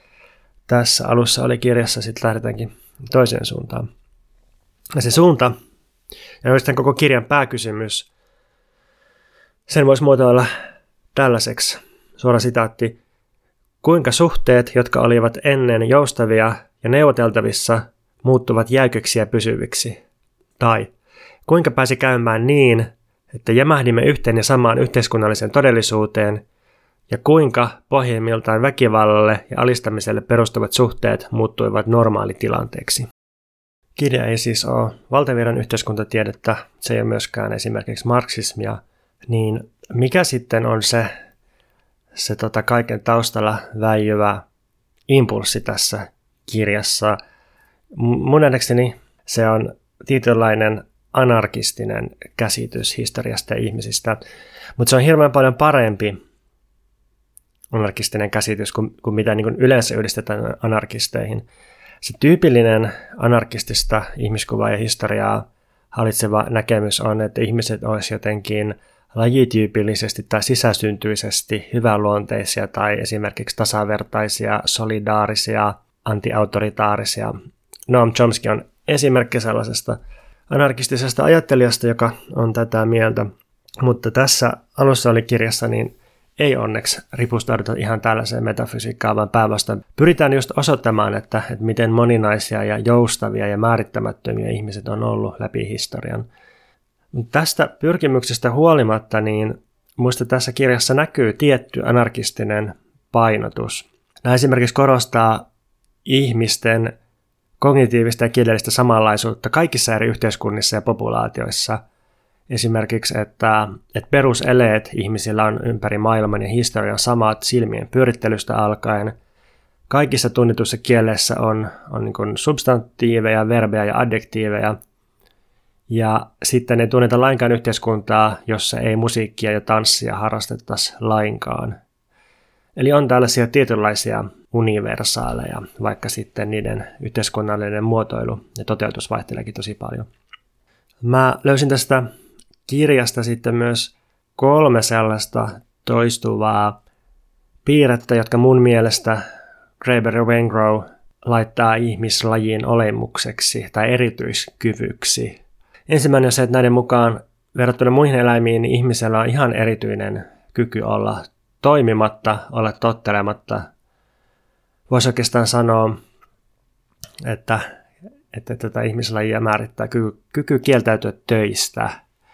tässä alussa oli kirjassa sitten lähdetäänkin toiseen suuntaan. Ja se suunta, ja oikeastaan koko kirjan pääkysymys, sen voisi muotoilla tällaiseksi, suora sitaatti, kuinka suhteet, jotka olivat ennen joustavia ja neuvoteltavissa, muuttuvat jäyköksi ja pysyviksi? Tai kuinka pääsi käymään niin, että jämähdimme yhteen ja samaan yhteiskunnalliseen todellisuuteen, ja kuinka pohjimmiltaan väkivallalle ja alistamiselle perustuvat suhteet muuttuivat normaalitilanteeksi? Kirja ei siis ole valtavirran yhteiskuntatiedettä, se ei ole myöskään esimerkiksi marksismia, niin mikä sitten on se kaiken taustalla väijyvä impulssi tässä kirjassa? Mun nähdäkseni se on tietynlainen anarkistinen käsitys historiasta ja ihmisistä, mutta se on hirveän paljon parempi anarkistinen käsitys kuin mitä niin kuin yleensä yhdistetään anarkisteihin. Se tyypillinen anarkistista ihmiskuvaa ja historiaa hallitseva näkemys on, että ihmiset olisivat jotenkin lajityypillisesti tai sisäsyntyisesti hyväluonteisia tai esimerkiksi tasavertaisia, solidaarisia, antiautoritaarisia. Noam Chomsky on esimerkki sellaisesta anarkistisesta ajattelijasta, joka on tätä mieltä, mutta tässä alussa oli kirjassa, niin ei onneksi ripustauduta ihan tällaiseen metafysiikkaan, vaan päinvastoin pyritään just osoittamaan, että miten moninaisia ja joustavia ja määrittämättömiä ihmiset on ollut läpi historian. Tästä pyrkimyksestä huolimatta, niin muista tässä kirjassa näkyy tietty anarkistinen painotus. Nämä esimerkiksi korostaa ihmisten kognitiivista ja kielellistä samanlaisuutta kaikissa eri yhteiskunnissa ja populaatioissa. Esimerkiksi, että peruseleet ihmisillä on ympäri maailman ja historian samat silmien pyörittelystä alkaen. Kaikissa tunnetuissa kielissä on niin kuin substantiiveja, verbejä ja adjektiiveja. Ja sitten ei tunneta lainkaan yhteiskuntaa, jossa ei musiikkia ja tanssia harrastettaisi lainkaan. Eli on tällaisia tietynlaisia universaaleja, vaikka sitten niiden yhteiskunnallinen muotoilu ja toteutus vaihteleekin tosi paljon. Mä löysin tästä kirjasta sitten myös 3 sellaista toistuvaa piirrettä, jotka mun mielestä Graeber ja Wengrow laittaa ihmislajin olemukseksi tai erityiskyvyksi. Ensimmäinen on se, että näiden mukaan verrattuna muihin eläimiin niin ihmisellä on ihan erityinen kyky olla toimimatta, olla tottelematta. Voisi oikeastaan sanoa, että tätä ihmislajia määrittää kyky kieltäytyä töistä.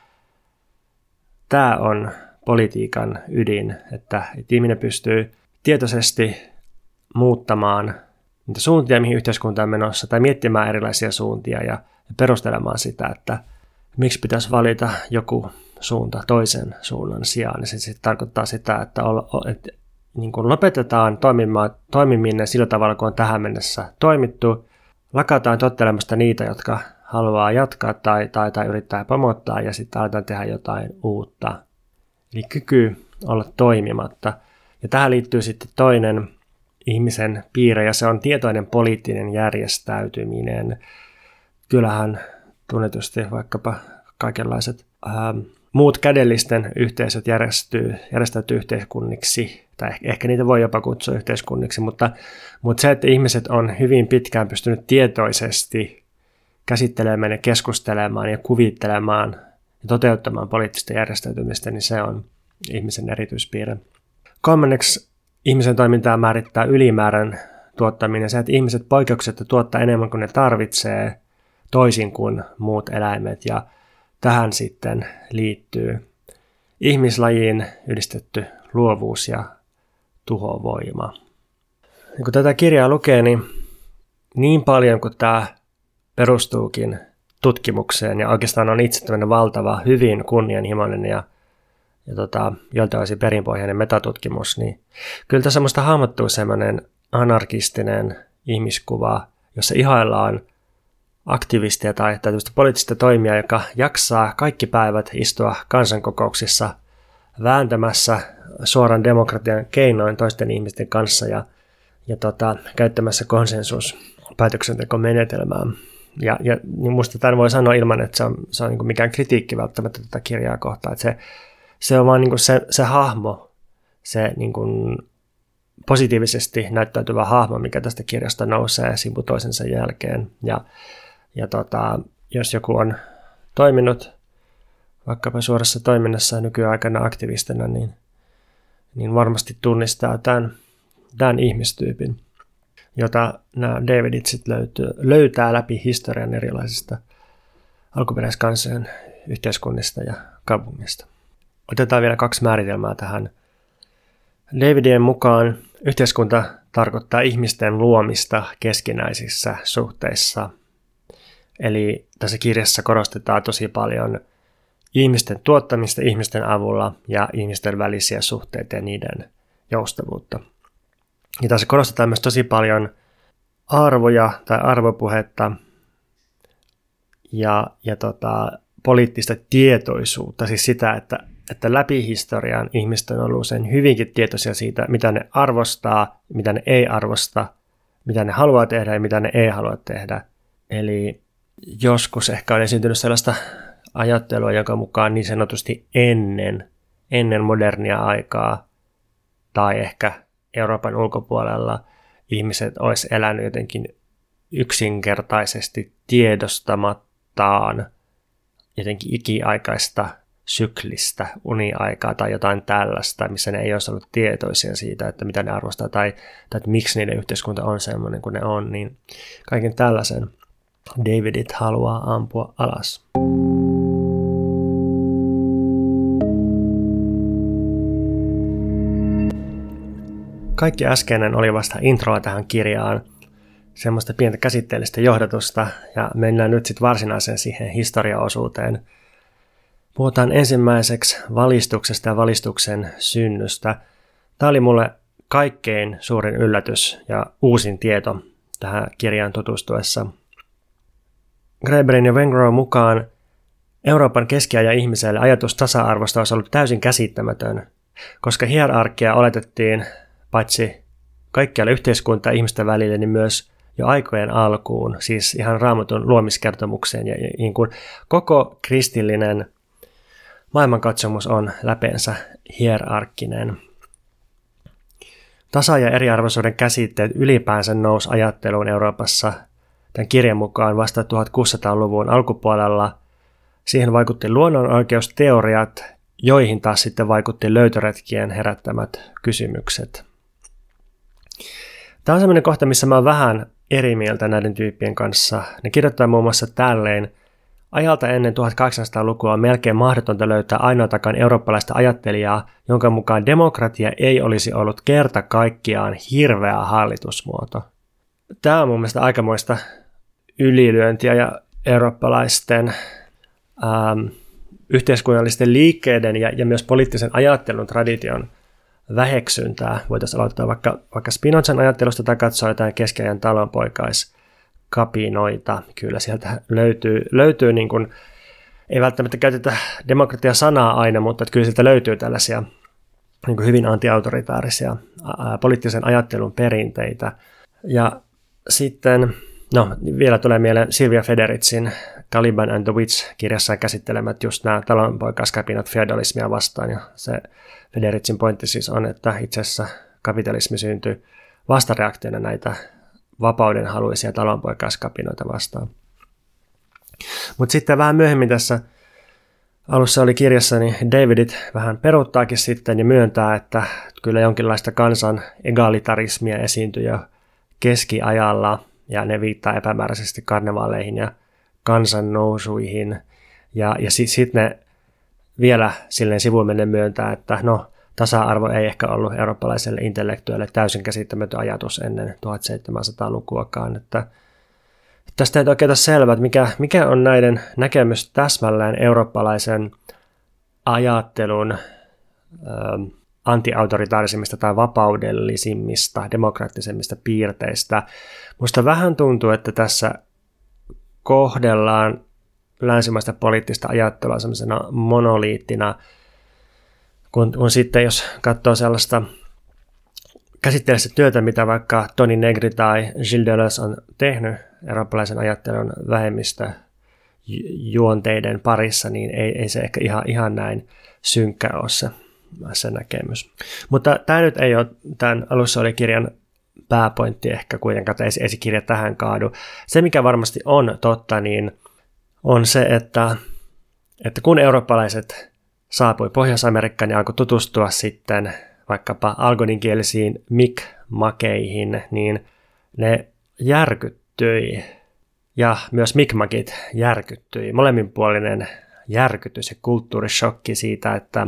Tämä on politiikan ydin, että ihminen pystyy tietoisesti muuttamaan niitä suuntia, mihin yhteiskunta on menossa, tai miettimään erilaisia suuntia ja perustelemaan sitä, että miksi pitäisi valita joku suunta toisen suunnan sijaan. Se sitten tarkoittaa sitä, että niin kuin lopetetaan toimiminen sillä tavalla, kun on tähän mennessä toimittu, lakataan tottelemasta niitä, jotka haluaa jatkaa tai yrittää pomottaa, ja sitten aletaan tehdä jotain uutta. Eli kyky olla toimimatta. Ja tähän liittyy sitten toinen ihmisen piirre, ja se on tietoinen poliittinen järjestäytyminen. Kyllähän tunnetusti vaikkapa kaikenlaiset muut kädellisten yhteisöt järjestäytyy yhteiskunniksi, tai ehkä niitä voi jopa kutsua yhteiskunniksi, mutta se, että ihmiset on hyvin pitkään pystynyt tietoisesti käsittelemään ja keskustelemaan ja kuvittelemaan ja toteuttamaan poliittista järjestäytymistä, niin se on ihmisen erityispiirre. 3. ihmisen toimintaa määrittää ylimäärän tuottaminen, se, että ihmiset poikkeuksetta tuottaa enemmän kuin ne tarvitsee, toisin kuin muut eläimet, ja tähän sitten liittyy ihmislajiin yhdistetty luovuus ja tuhovoima. Ja kun tätä kirjaa lukee, niin paljon kuin tämä perustuukin tutkimukseen, ja oikeastaan on itse tämmöinen valtava, hyvin kunnianhimoinen ja joltain osin perinpohjainen metatutkimus, niin kyllä tässä musta hahmottuu semmoinen anarkistinen ihmiskuva, jossa ihaillaan aktivistia tai tällaista poliittista toimijaa, joka jaksaa kaikki päivät istua kansankokouksissa vääntämässä suoran demokratian keinoin toisten ihmisten kanssa ja käyttämässä konsensuspäätöksentekomenetelmää. Ja niin musta tämän voi sanoa ilman, että se on niin kuin mikään kritiikki välttämättä tätä kirjaa kohtaan. Että se on vaan niin kuin se hahmo, se niin kuin positiivisesti näyttäytyvä hahmo, mikä tästä kirjasta nousee sivu toisensa jälkeen. Ja jos joku on toiminut vaikkapa suorassa toiminnassa nykyaikana aktivistina, niin varmasti tunnistaa tämän ihmistyypin, jota nämä Davidit sitten löytää läpi historian erilaisista alkuperäiskansojen yhteiskunnista ja kaupungista. Otetaan vielä 2 määritelmää tähän. Davidien mukaan yhteiskunta tarkoittaa ihmisten luomista keskinäisissä suhteissa. Eli tässä kirjassa korostetaan tosi paljon ihmisten tuottamista ihmisten avulla ja ihmisten välisiä suhteita ja niiden joustavuutta. Ja tässä korostetaan myös tosi paljon arvoja tai arvopuhetta ja poliittista tietoisuutta, siis sitä, että läpi historian ihmiset on ollut sen hyvinkin tietoisia siitä, mitä ne arvostaa, mitä ne ei arvosta, mitä ne haluaa tehdä ja mitä ne ei halua tehdä. Eli joskus ehkä on esiintynyt sellaista ajattelua, jonka mukaan niin sanotusti ennen modernia aikaa tai ehkä Euroopan ulkopuolella ihmiset olisi elänyt jotenkin yksinkertaisesti tiedostamattaan jotenkin ikiaikaista syklistä uniaikaa tai jotain tällaista, missä ne ei olisi ollut tietoisia siitä, että mitä ne arvostaa tai että miksi niiden yhteiskunta on sellainen kuin ne on, niin kaiken tällaisen Davidit haluaa ampua alas. Kaikki äskeinen oli vasta introa tähän kirjaan. semmoista pientä käsitteellistä johdatusta ja mennään nyt sitten varsinaiseen siihen historiaosuuteen. Puhutaan ensimmäiseksi valistuksesta ja valistuksen synnystä. Tämä oli mulle kaikkein suurin yllätys ja uusin tieto tähän kirjaan tutustuessa. Graeberin ja Wengrow mukaan Euroopan keskiajan ihmiselle ajatus tasa-arvosta olisi ollut täysin käsittämätön, koska hierarkia oletettiin paitsi kaikkialle yhteiskuntaa ihmisten välille, niin myös jo aikojen alkuun, siis ihan Raamatun luomiskertomukseen. Ja niin kuin koko kristillinen maailmankatsomus on läpeensä hierarkkinen. Tasa- ja eriarvoisuuden käsitteet ylipäänsä nousi ajatteluun Euroopassa tämän kirjan mukaan vasta 1600-luvun alkupuolella. Siihen vaikutti luonnonoikeusteoriat, joihin taas sitten vaikutti löytöretkien herättämät kysymykset. Tämä on sellainen kohta, missä mä oon vähän eri mieltä näiden tyyppien kanssa. Ne kirjoittaa muun muassa tälleen: ajalta ennen 1800-lukua on melkein mahdotonta löytää ainoatakaan eurooppalaista ajattelijaa, jonka mukaan demokratia ei olisi ollut kerta kaikkiaan hirveä hallitusmuoto. Tämä on mun mielestä aikamoista ylilyöntiä ja eurooppalaisten yhteiskunnallisten liikkeiden ja myös poliittisen ajattelun tradition väheksyntää. Voitaisiin aloittaa vaikka Spinozan ajattelusta tai katsoa jotain keskiajan talonpoikaiskapinoita. Kyllä sieltä löytyy niin kuin, ei välttämättä käytetä demokratia-sanaa aina, mutta kyllä sieltä löytyy tällaisia niin kuin hyvin anti-autoritaarisia poliittisen ajattelun perinteitä. Ja sitten, vielä tulee mieleen Silvia Federicin Caliban and the Witch -kirjassaan käsittelemät just nämä talonpoikaiskapinat feodalismia vastaan. Ja se Federicin pointti siis on, että itse asiassa kapitalismi syntyi vastareaktiona näitä vapaudenhaluisia talonpoikaiskapinoita vastaan. Mutta sitten vähän myöhemmin tässä alussa oli kirjassa, niin Davidit vähän peruuttaakin sitten ja myöntää, että kyllä jonkinlaista kansan egalitarismia esiintyi jo keskiajalla, ja ne viittaa epämääräisesti karnevaaleihin ja kansannousuihin. Ja sitten ne vielä silleen sivumennen myöntää, että tasa-arvo ei ehkä ollut eurooppalaiselle intellektuelle täysin käsittämätön ajatus ennen 1700-lukuakaan. Että tästä ei oikein ole selvää, että mikä on näiden näkemys täsmälleen eurooppalaisen ajattelun anti-autoritaarisimmista tai vapaudellisimmista, demokraattisemmista piirteistä. Musta vähän tuntuu, että tässä kohdellaan länsimaista poliittista ajattelua sellaisena monoliittina, kun sitten jos katsoo sellaista käsitteellistä työtä, mitä vaikka Toni Negri tai Gilles Deleuze on tehnyt eurooppalaisen ajattelun vähemmistöjuonteiden parissa, niin ei se ehkä ihan näin synkkä ole se näkemys. Mutta tämä nyt ei ole tämän alussa oli kirjan pääpointti ehkä kuitenkaan, että ei se kirja tähän kaadu. Se, mikä varmasti on totta, niin on se, että kun eurooppalaiset saapui Pohjois-Amerikkaan ja alkoi tutustua sitten vaikkapa algodinkielisiin mikmakeihin, niin ne järkyttyi. Ja myös mikmakit järkyttyi. Molemminpuolinen järkytys ja kulttuurishokki siitä, että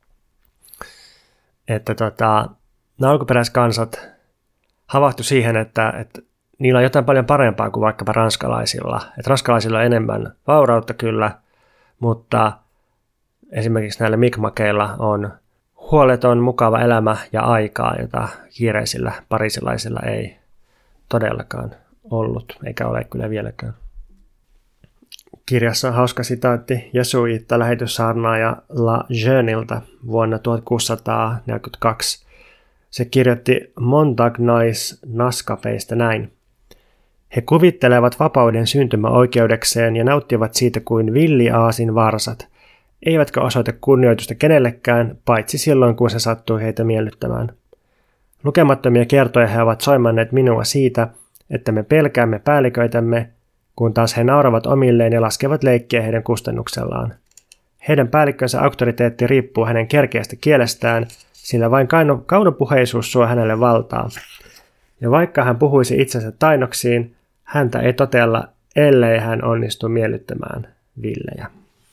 nämä alkuperäiskansat havahtui siihen, että niillä on jotain paljon parempaa kuin vaikkapa ranskalaisilla. Että ranskalaisilla on enemmän vaurautta kyllä, mutta esimerkiksi näillä mikmakeilla on huoleton, mukava elämä ja aikaa, jota kiireisillä parisilaisilla ei todellakaan ollut, eikä ole kyllä vieläkään. Kirjassa on hauska sitaatti jesuiitta lähetyssaarnaaja La Jeunilta vuonna 1642. Se kirjoitti Montagnais Nascapeista näin. He kuvittelevat vapauden syntymäoikeudekseen ja nauttivat siitä kuin villiaasin varsat, eivätkä osoita kunnioitusta kenellekään, paitsi silloin, kun se sattuu heitä miellyttämään. Lukemattomia kertoja he ovat soimanneet minua siitä, että me pelkäämme päälliköitämme, kun taas he nauravat omilleen ja laskevat leikkiä heidän kustannuksellaan. Heidän päällikkönsä auktoriteetti riippuu hänen kerkeästä kielestään, sillä vain kaunopuheisuus suo hänelle valtaa. Ja vaikka hän puhuisi itsensä tainoksiin, häntä ei totella, ellei hän onnistu miellyttämään villejä.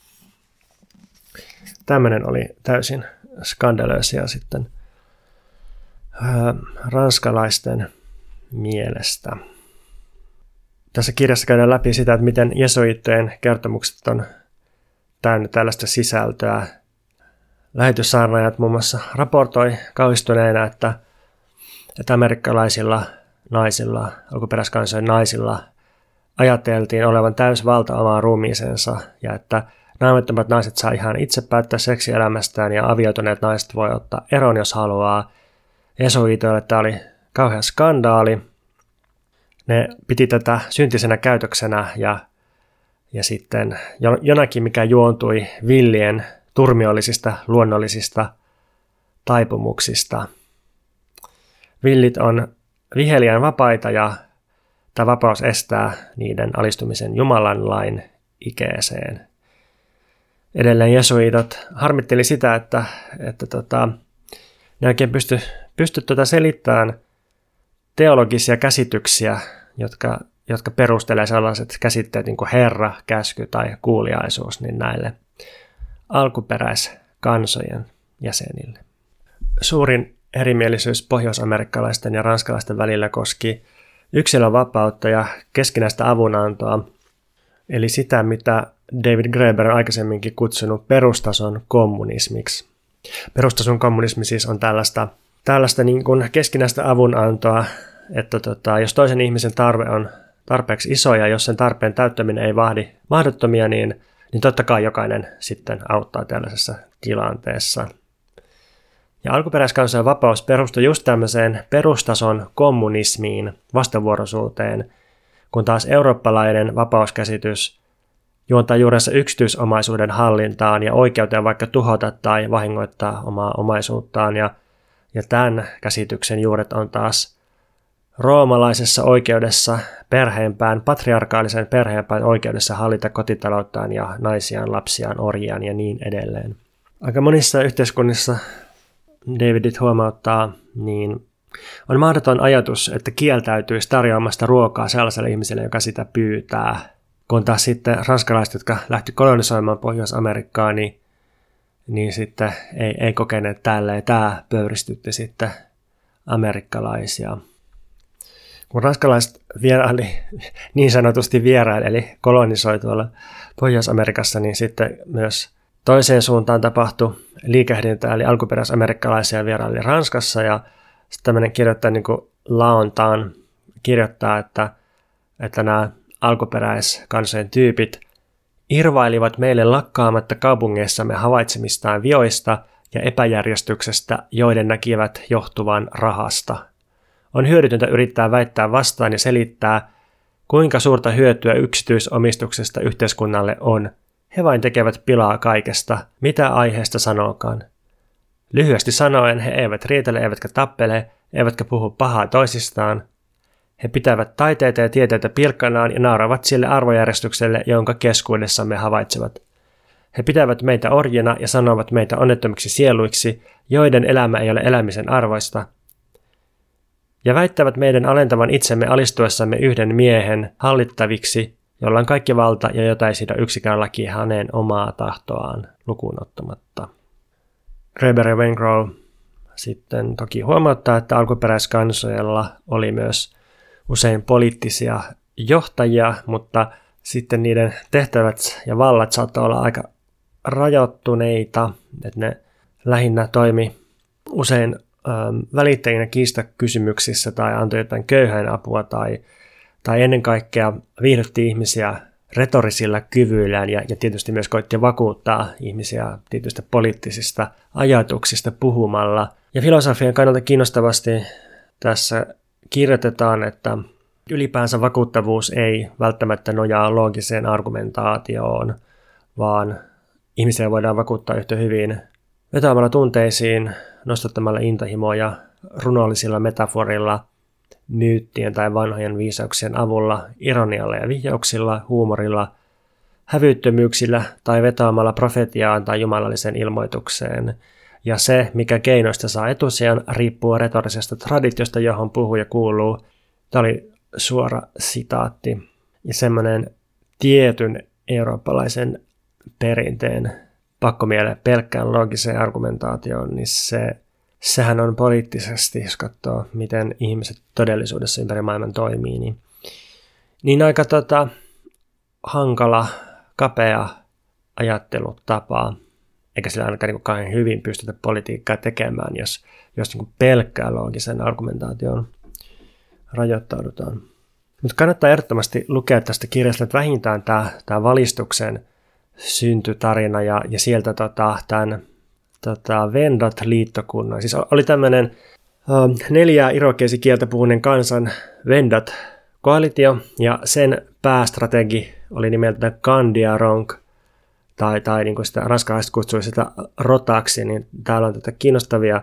Tämmöinen oli täysin skandalöösiä sitten ranskalaisten mielestä. Tässä kirjassa käydään läpi sitä, että miten jesuittien kertomukset on täynnä tällaista sisältöä. Lähetyssaarnaajat muun muassa raportoi kauhistuneena, että amerikkalaisilla naisilla, alkuperäiskansojen naisilla, ajateltiin olevan täysvalta omaan ruumiiseensa ja että naimattomat naiset saa ihan itse päättää seksielämästään ja avioituneet naiset voi ottaa eron, jos haluaa. Jesuitoille tämä oli kauhea skandaali. Ne piti tätä syntisenä käytöksenä ja sitten jonakin, mikä juontui villien turmiollisista luonnollisista taipumuksista. Villit on viheliäin vapaita ja tämä vapaus estää niiden alistumisen Jumalan lain ikeeseen. Edelleen jesuitot harmitteli sitä, että ne oikein pysty selittämään teologisia käsityksiä, jotka perustelee sellaiset käsitteet niin kuin Herra, käsky tai kuuliaisuus niin näille alkuperäiskansojen jäsenille. Suurin erimielisyys pohjoisamerikkalaisten ja ranskalaisten välillä koski yksilön vapautta ja keskinäistä avunantoa, eli sitä, mitä David Graeber on aikaisemminkin kutsunut perustason kommunismiksi. Perustason kommunismi siis on tällaista niin kuin keskinäistä avunantoa, että jos toisen ihmisen tarve on tarpeeksi iso ja jos sen tarpeen täyttäminen ei vaadi mahdottomia, niin totta kai jokainen sitten auttaa tällaisessa tilanteessa. Ja alkuperäiskansojen vapaus perustui just tämmöiseen perustason kommunismiin, vastavuoroisuuteen, kun taas eurooppalainen vapauskäsitys juontaa juurensa yksityisomaisuuden hallintaan ja oikeuteen vaikka tuhota tai vahingoittaa omaa omaisuuttaan. Ja tämän käsityksen juuret on taas roomalaisessa oikeudessa patriarkaalisen perheenpään oikeudessa hallita kotitalouttaan ja naisiaan, lapsiaan, orjiaan ja niin edelleen. Aika monissa yhteiskunnissa Davidit huomauttaa, niin on mahdoton ajatus, että kieltäytyisi tarjoamasta ruokaa sellaiselle ihmiselle, joka sitä pyytää. Kun taas sitten ranskalaiset, jotka lähti kolonisoimaan Pohjois-Amerikkaa, niin sitten ei kokeneet tälleen. Tämä pöyristytti sitten amerikkalaisia. Kun ranskalaiset niin sanotusti vieraili, eli kolonisoi tuolla Pohjois-Amerikassa, niin sitten myös toiseen suuntaan tapahtui liikehdintä, eli alkuperäisamerikkalaisia vieraili Ranskassa, ja sitten tämmöinen kirjoittaja niin kuin Laontaan kirjoittaa, että nämä alkuperäiskansojen tyypit irvailivat meille lakkaamatta kaupungeissamme havaitsemistaan vioista ja epäjärjestyksestä, joiden näkivät johtuvan rahasta. On hyödytöntä yrittää väittää vastaan ja selittää, kuinka suurta hyötyä yksityisomistuksesta yhteiskunnalle on. He vain tekevät pilaa kaikesta, mitä aiheesta sanookaan. Lyhyesti sanoen he eivät riitele, eivätkä tappele, eivätkä puhu pahaa toisistaan. He pitävät taiteita ja tieteitä pilkkanaan ja nauravat sille arvojärjestykselle, jonka keskuudessamme havaitsevat. He pitävät meitä orjina ja sanovat meitä onnettomiksi sieluiksi, joiden elämä ei ole elämisen arvoista. Ja väittävät meidän alentavan itsemme alistuessamme yhden miehen hallittaviksi, jolla on kaikki valta ja jota ei sidä yksikään laki hänen omaa tahtoaan lukuun ottamatta. Graeber ja Wengrow sitten toki huomauttaa, että alkuperäiskansojilla oli myös usein poliittisia johtajia, mutta sitten niiden tehtävät ja vallat saattoi olla aika rajoittuneita, että ne lähinnä toimi usein välittäjinä kiistakysymyksissä tai antoi jotain köyhäinapua tai ennen kaikkea viihdytti ihmisiä retorisilla kyvyillään ja tietysti myös koitti vakuuttaa ihmisiä tietysti poliittisista ajatuksista puhumalla. Ja filosofian kannalta kiinnostavasti tässä kirjoitetaan, että ylipäänsä vakuuttavuus ei välttämättä nojaa loogiseen argumentaatioon, vaan ihmisiä voidaan vakuuttaa yhtä hyvin vetoamalla tunteisiin, nostattamalla intohimoa ja runollisilla metaforilla, myyttien tai vanhojen viisauksien avulla, ironialla ja vihjauksilla, huumorilla, hävyttömyyksillä tai vetoamalla profetiaan tai jumalalliseen ilmoitukseen. Ja se, mikä keinoista saa etusijan, riippuu retorisesta traditiosta, johon puhuja kuuluu. Tämä oli suora sitaatti. Ja semmoinen tietyn eurooppalaisen perinteen pakkomielle pelkkään loogiseen argumentaatioon, niin sehän on poliittisesti, jos katsoo, miten ihmiset todellisuudessa ympäri maailman toimii, niin Niin aika hankala, kapea ajattelutapa, eikä sillä ainakaan niin kauhean hyvin pystytä politiikkaa tekemään, jos niin pelkkää loogisen argumentaation rajoittaudutaan. Mutta kannattaa ehdottomasti lukea tästä kirjasta, että vähintään tämä valistuksen syntytarina ja sieltä tämän Wendat-liittokunnan. Siis oli tämmöinen 4 irokeesikieltä puhuneen kansan Wendat-koalitio, ja sen päästrategi oli nimeltään Kandiaronk, tai niin kuin sitä ranskalaiset kutsui sitä rotaksi, niin täällä on kiinnostavia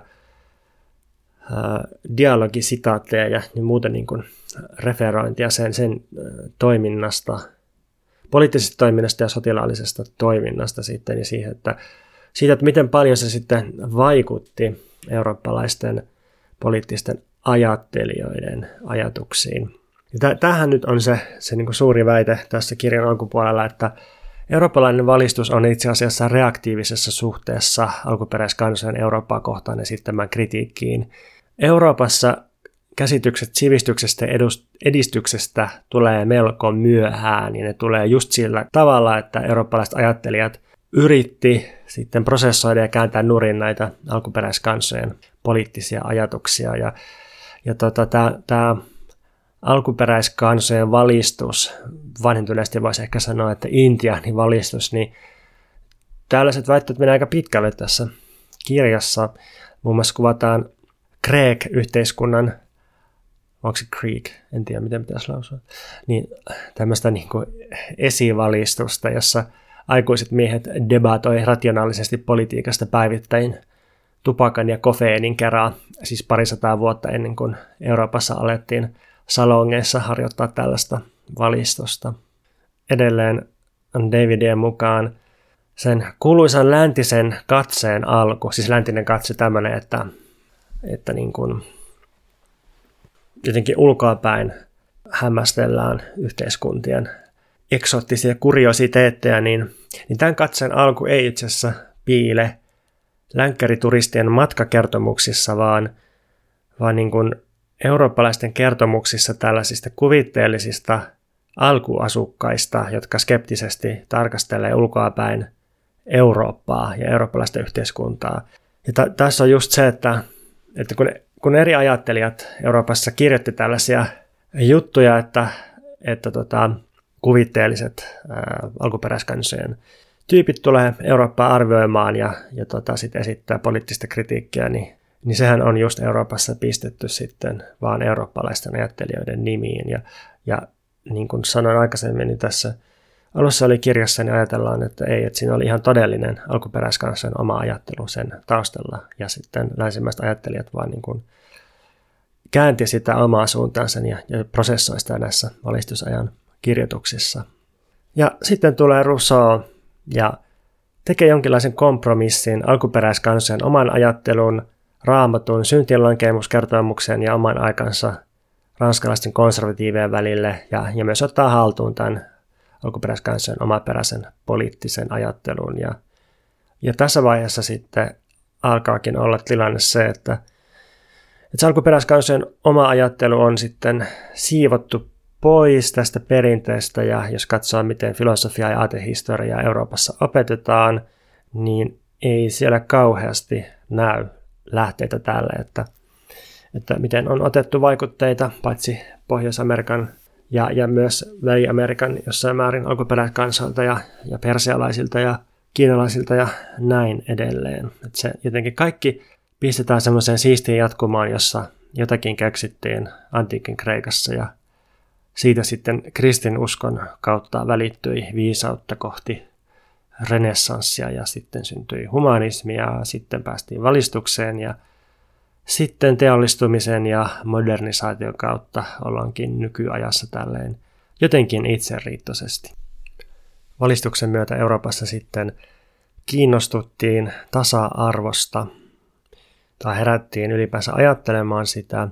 dialogisitaatteja ja muuten niin kuin referointia sen toiminnasta, poliittisesta toiminnasta ja sotilaallisesta toiminnasta sitten, ja siitä, että miten paljon se sitten vaikutti eurooppalaisten poliittisten ajattelijoiden ajatuksiin. Tämähän nyt on se niin kuin suuri väite tässä kirjan alkupuolella, että eurooppalainen valistus on itse asiassa reaktiivisessa suhteessa alkuperäiskansojen Eurooppaa kohtaan esittämään kritiikkiin. Euroopassa käsitykset sivistyksestä ja edistyksestä tulee melko myöhään, ja ne tulee just sillä tavalla, että eurooppalaiset ajattelijat yritti sitten prosessoida ja kääntää nurin näitä alkuperäiskansojen poliittisia ajatuksia. Tämä alkuperäiskansojen valistus, vanhentuneesti voisi ehkä sanoa, että Intianin valistus, niin tällaiset väitteet menee aika pitkälle tässä kirjassa. Muun muassa kuvataan Creek-yhteiskunnan, onko se Creek, en tiedä miten pitäisi lausua, niin tämmöistä niin kuin esivalistusta, jossa aikuiset miehet debatoi rationaalisesti politiikasta päivittäin tupakan ja kofeiinin kerran, siis 200 vuotta ennen kuin Euroopassa alettiin salongeissa harjoittaa tällaista valistusta. Edelleen Davidien mukaan sen kuuluisan läntisen katseen alku, siis läntinen katse tämmöinen, että niin kuin jotenkin ulkoapäin hämmästellään yhteiskuntien eksoottisia kuriositeetteja, niin tämän katseen alku ei itse asiassa piile länkkärituristien matkakertomuksissa, vaan niin kuin eurooppalaisten kertomuksissa tällaisista kuvitteellisista alkuasukkaista, jotka skeptisesti tarkastelee ulkoapäin Eurooppaa ja eurooppalaista yhteiskuntaa. Ja tässä on just se, että kun eri ajattelijat Euroopassa kirjoitti tällaisia juttuja, että kuvitteelliset alkuperäiskansojen tyypit tulee Eurooppaa arvioimaan ja sitten esittää poliittista kritiikkiä, niin sehän on just Euroopassa pistetty sitten vaan eurooppalaisten ajattelijoiden nimiin. Ja niin kuin sanoin aikaisemmin, niin tässä alussa oli kirjassa, niin ajatellaan, että ei, että siinä oli ihan todellinen alkuperäiskansojen oma ajattelu sen taustalla. Ja sitten länsimaiset ajattelijat vaan niin kuin käänti sitä omaa suuntaansa ja prosessoi sitä näissä valistusajan kirjoituksissa. Ja sitten tulee Rousseau ja tekee jonkinlaisen kompromissin alkuperäiskansojen oman ajattelun, Raamatun, syntienlankeemuskertomuksen ja oman aikansa ranskalaisten konservatiivien välille ja myös ottaa haltuun tämän alkuperäiskansojen omaperäisen poliittisen ajattelun. Ja tässä vaiheessa sitten alkaakin olla tilanne se, että se alkuperäiskansojen oma ajattelu on sitten siivottu pois tästä perinteestä, ja jos katsoo, miten filosofia ja aatehistoriaa Euroopassa opetetaan, niin ei siellä kauheasti näy lähteitä tälle, että miten on otettu vaikutteita paitsi Pohjois-Amerikan ja myös Väli-Amerikan jossain määrin alkuperäiskansalta ja persialaisilta ja kiinalaisilta ja näin edelleen. Että se jotenkin kaikki pistetään semmoiseen siistiin jatkumaan, jossa jotakin keksittiin antiikin Kreikassa ja siitä sitten kristinuskon kautta välittyi viisautta kohti renessanssia ja sitten syntyi humanismi ja sitten päästiin valistukseen ja sitten teollistumisen ja modernisaation kautta ollaankin nykyajassa tälleen jotenkin itseriittoisesti. Valistuksen myötä Euroopassa sitten kiinnostuttiin tasa-arvosta tai herättiin ylipäänsä ajattelemaan sitä.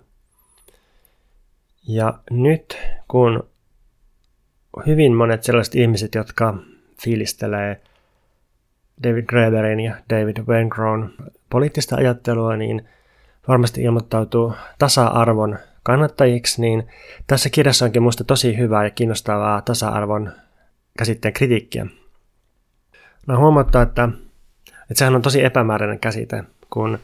Ja nyt kun hyvin monet sellaiset ihmiset, jotka fiilistelee David Graeberin ja David Wengrown poliittista ajattelua, niin varmasti ilmoittautuu tasa-arvon kannattajiksi, niin tässä kirjassa onkin minusta tosi hyvää ja kiinnostavaa tasa-arvon käsitteen kritiikkiä. No huomattaa, että sehän on tosi epämääräinen käsite, kun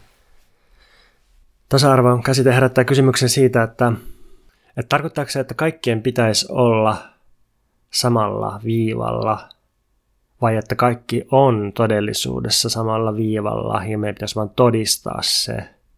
tasa-arvon käsite herättää kysymyksen siitä, että tarkoittaako se, että kaikkien pitäisi olla samalla viivalla, vai että kaikki on todellisuudessa samalla viivalla ja meidän pitäisi vain todistaa se.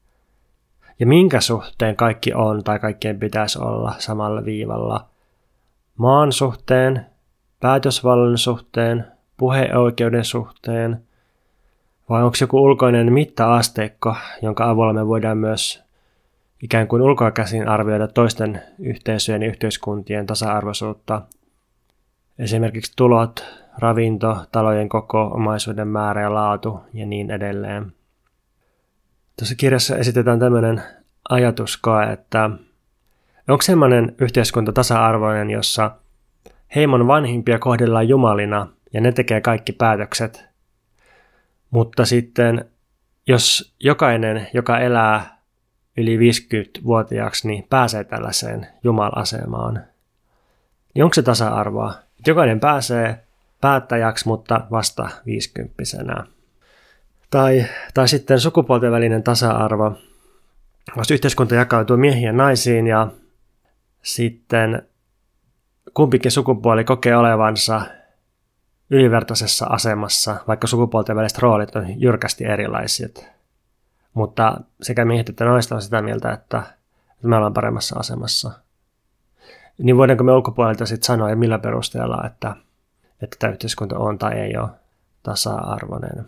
Ja minkä suhteen kaikki on tai kaikkien pitäisi olla samalla viivalla? Maan suhteen, päätösvallan suhteen, puheoikeuden suhteen, vai onko joku ulkoinen mitta-asteikko, jonka avulla me voidaan myös ikään kuin ulkoa käsin arvioida toisten yhteisöjen ja yhteiskuntien tasa-arvoisuutta? Esimerkiksi tulot, ravinto, talojen koko, omaisuuden määrä ja laatu ja niin edelleen. Tuossa kirjassa esitetään tämmöinen ajatuskoe, että onko sellainen yhteiskunta tasa-arvoinen, jossa heimon vanhimpia kohdellaan jumalina ja ne tekee kaikki päätökset, mutta sitten jos jokainen, joka elää yli 50-vuotiaaksi, niin pääsee tällaiseen jumalasemaan, niin onko se tasa-arvoa? Jokainen pääsee päättäjäksi, mutta vasta 50-vuotiaana. Tai sitten sukupuolten välinen tasa-arvo, jos yhteiskunta jakautuu miehiin ja naisiin ja sitten kumpikin sukupuoli kokee olevansa ylivertaisessa asemassa, vaikka sukupuolten väliset roolit on jyrkästi erilaisia. Mutta sekä miehet että naiset on sitä mieltä, että me ollaan paremmassa asemassa. Niin voidaanko me ulkopuolelta sitten sanoa ja millä perusteella, että tämä yhteiskunta on tai ei ole tasa-arvoinen.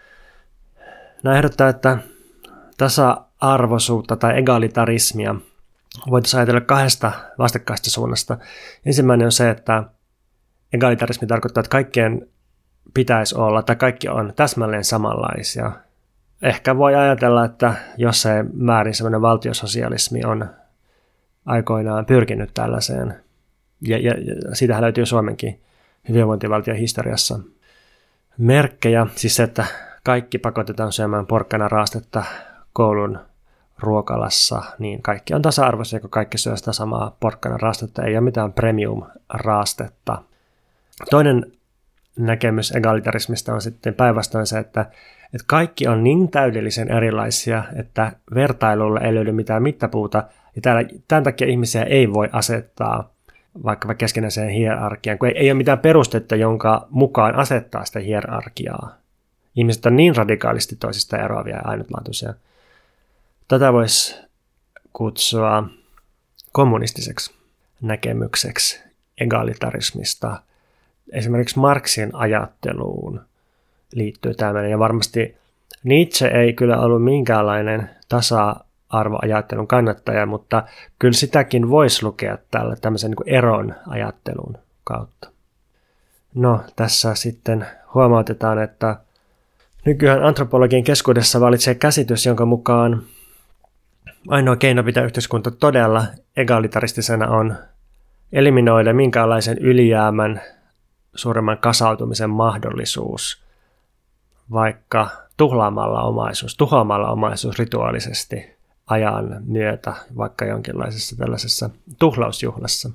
Nämä ehdottaa, että tasa-arvoisuutta tai egalitarismia voitaisiin ajatella kahdesta vastakkaista suunnasta. Ensimmäinen on se, että egalitarismi tarkoittaa, että kaikkien pitäisi olla tai kaikki on täsmälleen samanlaisia. Ehkä voi ajatella, että jossain määrin sellainen valtiososialismi on aikoinaan pyrkinyt tällaiseen. Ja siitähän löytyy Suomenkin hyvinvointivaltion historiassa merkkejä. Siis se, että kaikki pakotetaan syömään porkkanaraastetta koulun ruokalassa, niin kaikki on tasa-arvoisia, kun kaikki syö sitä samaa porkkanaraastetta. Ei ole mitään premium-raastetta. Toinen näkemys egalitarismista on sitten päinvastoin se, että kaikki on niin täydellisen erilaisia, että vertailulle ei löydy mitään mittapuuta, ja tämän takia ihmisiä ei voi asettaa vaikka keskenäiseen hierarkiaan, kun ei ole mitään perustetta, jonka mukaan asettaa sitä hierarkiaa. Ihmiset on niin radikaalisti toisista eroavia ja ainutlaatuisia. Tätä voisi kutsua kommunistiseksi näkemykseksi egalitarismista. Esimerkiksi Marxin ajatteluun liittyy tämmöinen, ja varmasti Nietzsche ei kyllä ollut minkäänlainen tasa-arvoajattelun kannattaja, mutta kyllä sitäkin voisi lukea tämmöisen niin kuin eron ajattelun kautta. No, tässä sitten huomautetaan, että nykyään antropologien keskuudessa valitsee käsitys, jonka mukaan ainoa keino pitää yhteiskunta todella egalitaristisena on eliminoida minkäänlaisen ylijäämän suuremman kasautumisen mahdollisuus, vaikka tuhoamalla omaisuus rituaalisesti ajan myötä, vaikka jonkinlaisessa tällaisessa tuhlausjuhlassa.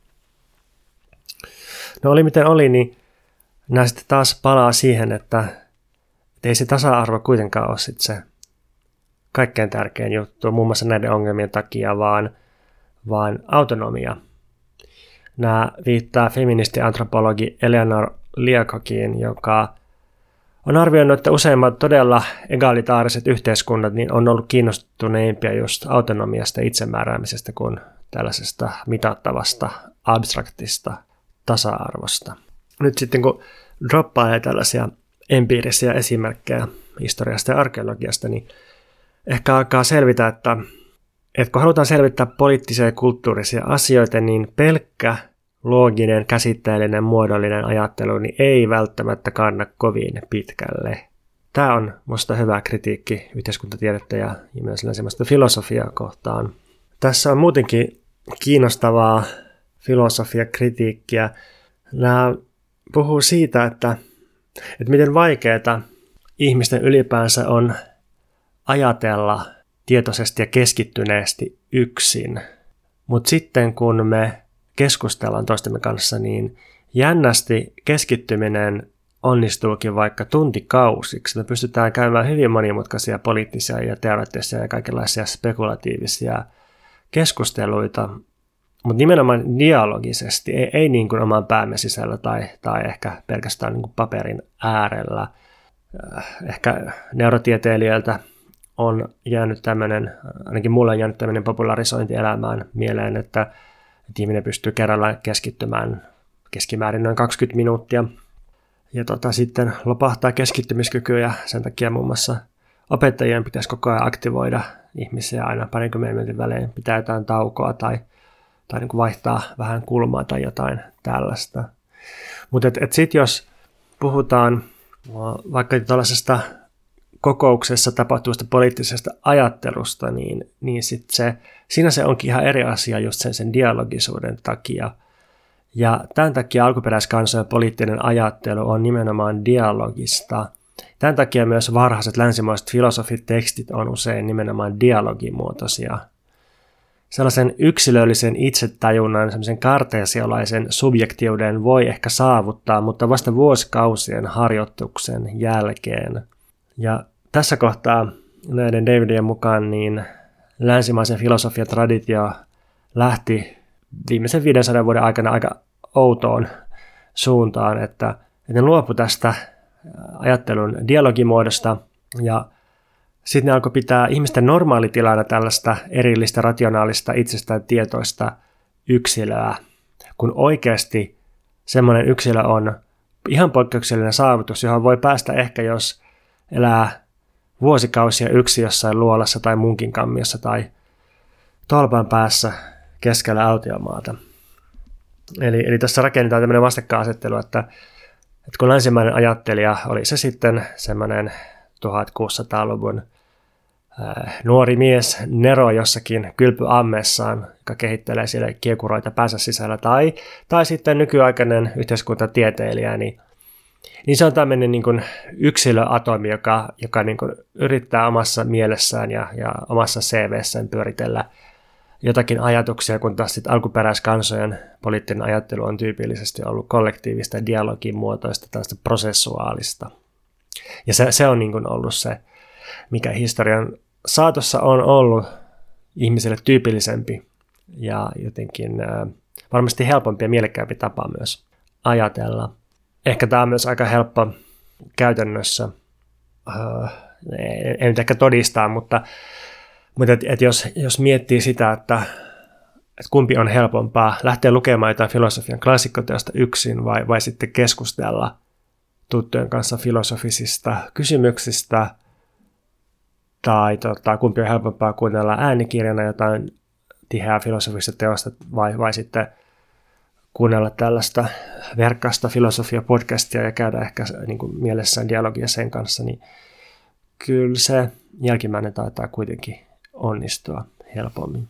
No oli miten oli, niin nämä sitten taas palaa siihen, että ei se tasa-arvo kuitenkaan ole sitten se kaikkein tärkein juttu, muun muassa näiden ongelmien takia, vaan autonomia. Nämä viittaa feministi-antropologi Eleanor Leacockeen, joka on arvioinut, että useimmat todella egalitaariset yhteiskunnat niin on ollut kiinnostuneimpia just autonomiasta ja itsemääräämisestä kuin tällaisesta mitattavasta, abstraktista tasa-arvosta. Nyt sitten kun droppaa tällaisia empiirisiä esimerkkejä historiasta ja arkeologiasta, niin ehkä alkaa selvitä, että kun halutaan selvittää poliittisia ja kulttuurisia asioita, niin pelkkä looginen, käsitteellinen, muodollinen ajattelu niin ei välttämättä kanna kovin pitkälle. Tämä on minusta hyvä kritiikki yhteiskuntatiedettä ja myös semmoista filosofiaa kohtaan. Tässä on muutenkin kiinnostavaa filosofiakritiikkiä. Nämä puhuu siitä, että miten vaikeaa ihmisten ylipäänsä on ajatella tietoisesti ja keskittyneesti yksin. Mutta sitten kun me keskustellaan toistemme kanssa, niin jännästi keskittyminen onnistuukin vaikka tuntikausiksi. Me pystytään käymään hyvin monimutkaisia poliittisia ja teoreettisia ja kaikenlaisia spekulatiivisia keskusteluita, mutta nimenomaan dialogisesti, ei niin kuin oman päämme sisällä tai ehkä pelkästään niin kuin paperin äärellä. Ehkä neurotieteilijöiltä on jäänyt tämmöinen, ainakin mulle on jäänyt tämmöinen popularisointi elämään mieleen, että ihminen pystyy kerralla keskittymään keskimäärin noin 20 minuuttia. Ja sitten lopahtaa keskittymiskykyä ja sen takia muun muassa opettajien pitäisi koko ajan aktivoida ihmisiä aina 20 minuutin välein, pitää jotain taukoa tai niin kuin vaihtaa vähän kulmaa tai jotain tällaista. Mutta sitten jos puhutaan vaikka tällaisesta kokouksessa tapahtuvasta poliittisesta ajattelusta, niin siinä se onkin ihan eri asia just sen dialogisuuden takia. Ja tämän takia alkuperäiskansojen poliittinen ajattelu on nimenomaan dialogista. Tämän takia myös varhaiset länsimaiset filosofitekstit on usein nimenomaan dialogimuotoisia. Sellaisen yksilöllisen itsetajunnan, sellaisen karteesiolaisen subjektiuden voi ehkä saavuttaa, mutta vasta vuosikausien harjoituksen jälkeen. Ja tässä kohtaa näiden Davidien mukaan niin länsimaisen filosofian traditio lähti viimeisen 500 vuoden aikana aika outoon suuntaan, että ne luopu tästä ajattelun dialogimuodosta ja sitten ne alkoi pitää ihmisten normaalitilana tällaista erillistä, rationaalista, itsestään tietoista yksilöä, kun oikeasti semmoinen yksilö on ihan poikkeuksellinen saavutus, johon voi päästä ehkä, jos elää vuosikausia yksin jossain luolassa tai munkinkammiossa tai tolpan päässä keskellä autiomaata. Eli tässä rakennetaan tämmöinen vastakkainasettelu, että kun länsimainen ajattelija oli se sitten semmoinen 1600-luvun nuori mies Nero jossakin kylpyammessaan, joka kehittelee siellä kiekuroita päänsä sisällä, tai sitten nykyaikainen yhteiskuntatieteilijä, niin se on tämmöinen niin kuin yksilöatomi, joka niin kuin yrittää omassa mielessään ja omassa CV:ssään pyöritellä jotakin ajatuksia, kun taas sitten alkuperäiskansojen poliittinen ajattelu on tyypillisesti ollut kollektiivista, dialogin muotoista, tällaista prosessuaalista. Ja se on niin kuin ollut se, mikä historian saatossa on ollut ihmiselle tyypillisempi ja jotenkin varmasti helpompi ja mielekkäämpi tapa myös ajatella. Ehkä tämä on myös aika helppo käytännössä, en nyt ehkä todistaa, mutta jos miettii sitä, että kumpi on helpompaa, lähteä lukemaan jotain filosofian klassikkoteosta yksin vai sitten keskustella tuttujen kanssa filosofisista kysymyksistä, tai kumpi on helpompaa kuunnella äänikirjana jotain tiheää filosofista teosta vai sitten kuunnella tällaista verkkaista filosofia-podcastia ja käydä ehkä niin kuin mielessään dialogia sen kanssa, niin kyllä se jälkimmäinen taitaa kuitenkin onnistua helpommin.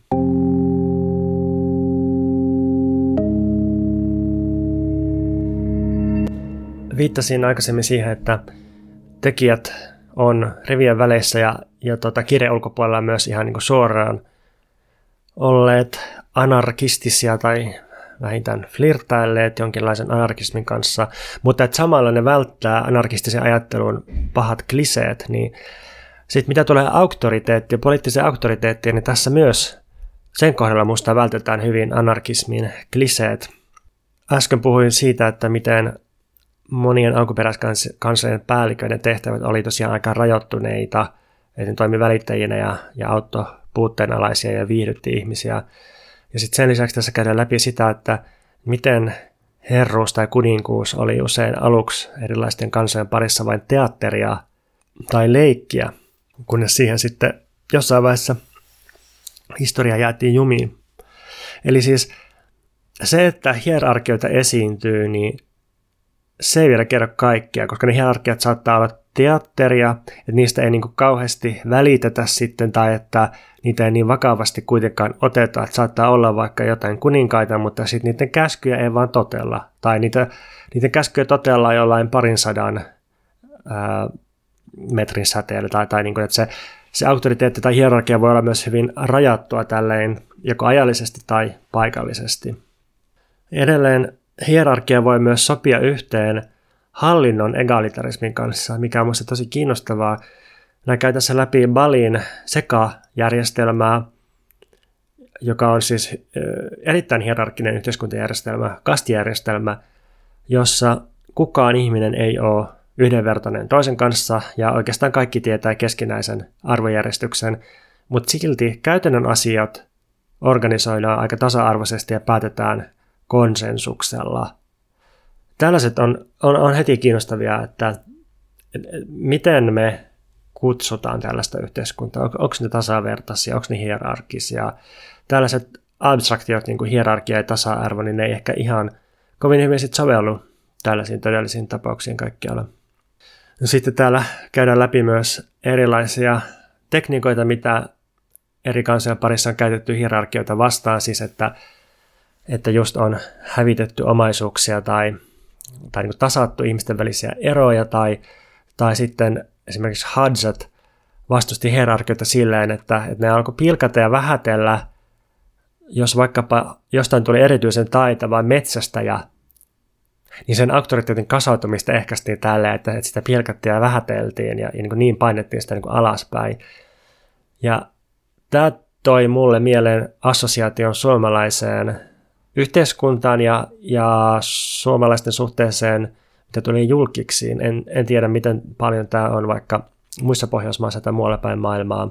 Viittasin aikaisemmin siihen, että tekijät on rivien väleissä ja kirjan ulkopuolella myös ihan niin kuin suoraan olleet anarkistisia tai vähintään flirtailleet jonkinlaisen anarkismin kanssa, mutta että samalla ne välttää anarkistisen ajattelun pahat kliseet, niin sitten mitä tulee auktoriteettiin, poliittiseen auktoriteettiin, niin tässä myös sen kohdalla musta vältetään hyvin anarkismin kliseet. Äsken puhuin siitä, että miten monien alkuperäiskansojen päälliköiden tehtävät oli tosiaan aika rajoittuneita, että ne toimi välittäjinä ja auttoi puutteenalaisia ja viihdytti ihmisiä. Ja sitten sen lisäksi tässä käydään läpi sitä, että miten herruus tai kuninkuus oli usein aluksi erilaisten kansojen parissa vain teatteria tai leikkiä, kunnes siihen sitten jossain vaiheessa historia jäätiin jumiin. Eli siis se, että hierarkioita esiintyy, niin se ei vielä kerro kaikkea, koska ne hierarkiat saattaa olla teatteria, että niistä ei niin kuin kauheasti välitetä sitten, tai että niitä ei niin vakavasti kuitenkaan oteta, että saattaa olla vaikka jotain kuninkaita, mutta sitten niiden käskyjä ei vaan totella, tai niiden käskyjä totellaan jollain 200 metrin säteellä, tai niin kuin, että se auktoriteetti tai hierarkia voi olla myös hyvin rajattua tälleen joko ajallisesti tai paikallisesti. Edelleen hierarkia voi myös sopia yhteen hallinnon egalitarismin kanssa, mikä on minusta tosi kiinnostavaa. Mä käyn tässä läpi Balin Seka-järjestelmää, joka on siis erittäin hierarkkinen yhteiskuntajärjestelmä, kastijärjestelmä, jossa kukaan ihminen ei ole yhdenvertainen toisen kanssa ja oikeastaan kaikki tietää keskinäisen arvojärjestyksen, mutta silti käytännön asiat organisoidaan aika tasa-arvoisesti ja päätetään konsensuksella. Tällaiset on heti kiinnostavia, että miten me kutsutaan tällaista yhteiskuntaa, onko ne tasavertaisia, onko ne hierarkisia. Tällaiset abstraktiot, niin kuin hierarkia ja tasa-arvo, niin ne ei ehkä ihan kovin hyvin sit sovellu tällaisiin todellisiin tapauksiin kaikkialla. No sitten täällä käydään läpi myös erilaisia tekniikoita, mitä eri kansojen parissa on käytetty hierarkioita vastaan, siis että just on hävitetty omaisuuksia tai niin kuin tasattu ihmisten välisiä eroja tai sitten esimerkiksi Hadjat vastusti hierarkioita silleen, että ne alkoi pilkata ja vähätellä, jos vaikkapa jostain tuli erityisen taitava metsästäjä, niin sen auktoriteetin kasautumista ehkäistiin tälleen, että sitä pilkattiin ja vähäteltiin ja niin painettiin sitä niin kuin alaspäin. Ja tämä toi mulle mieleen assosiaation suomalaiseen yhteiskuntaan ja suomalaisten suhteeseen, mitä tuli julkiksiin. En tiedä, miten paljon tämä on vaikka muissa Pohjoismaissa tai muualla päin maailmaa.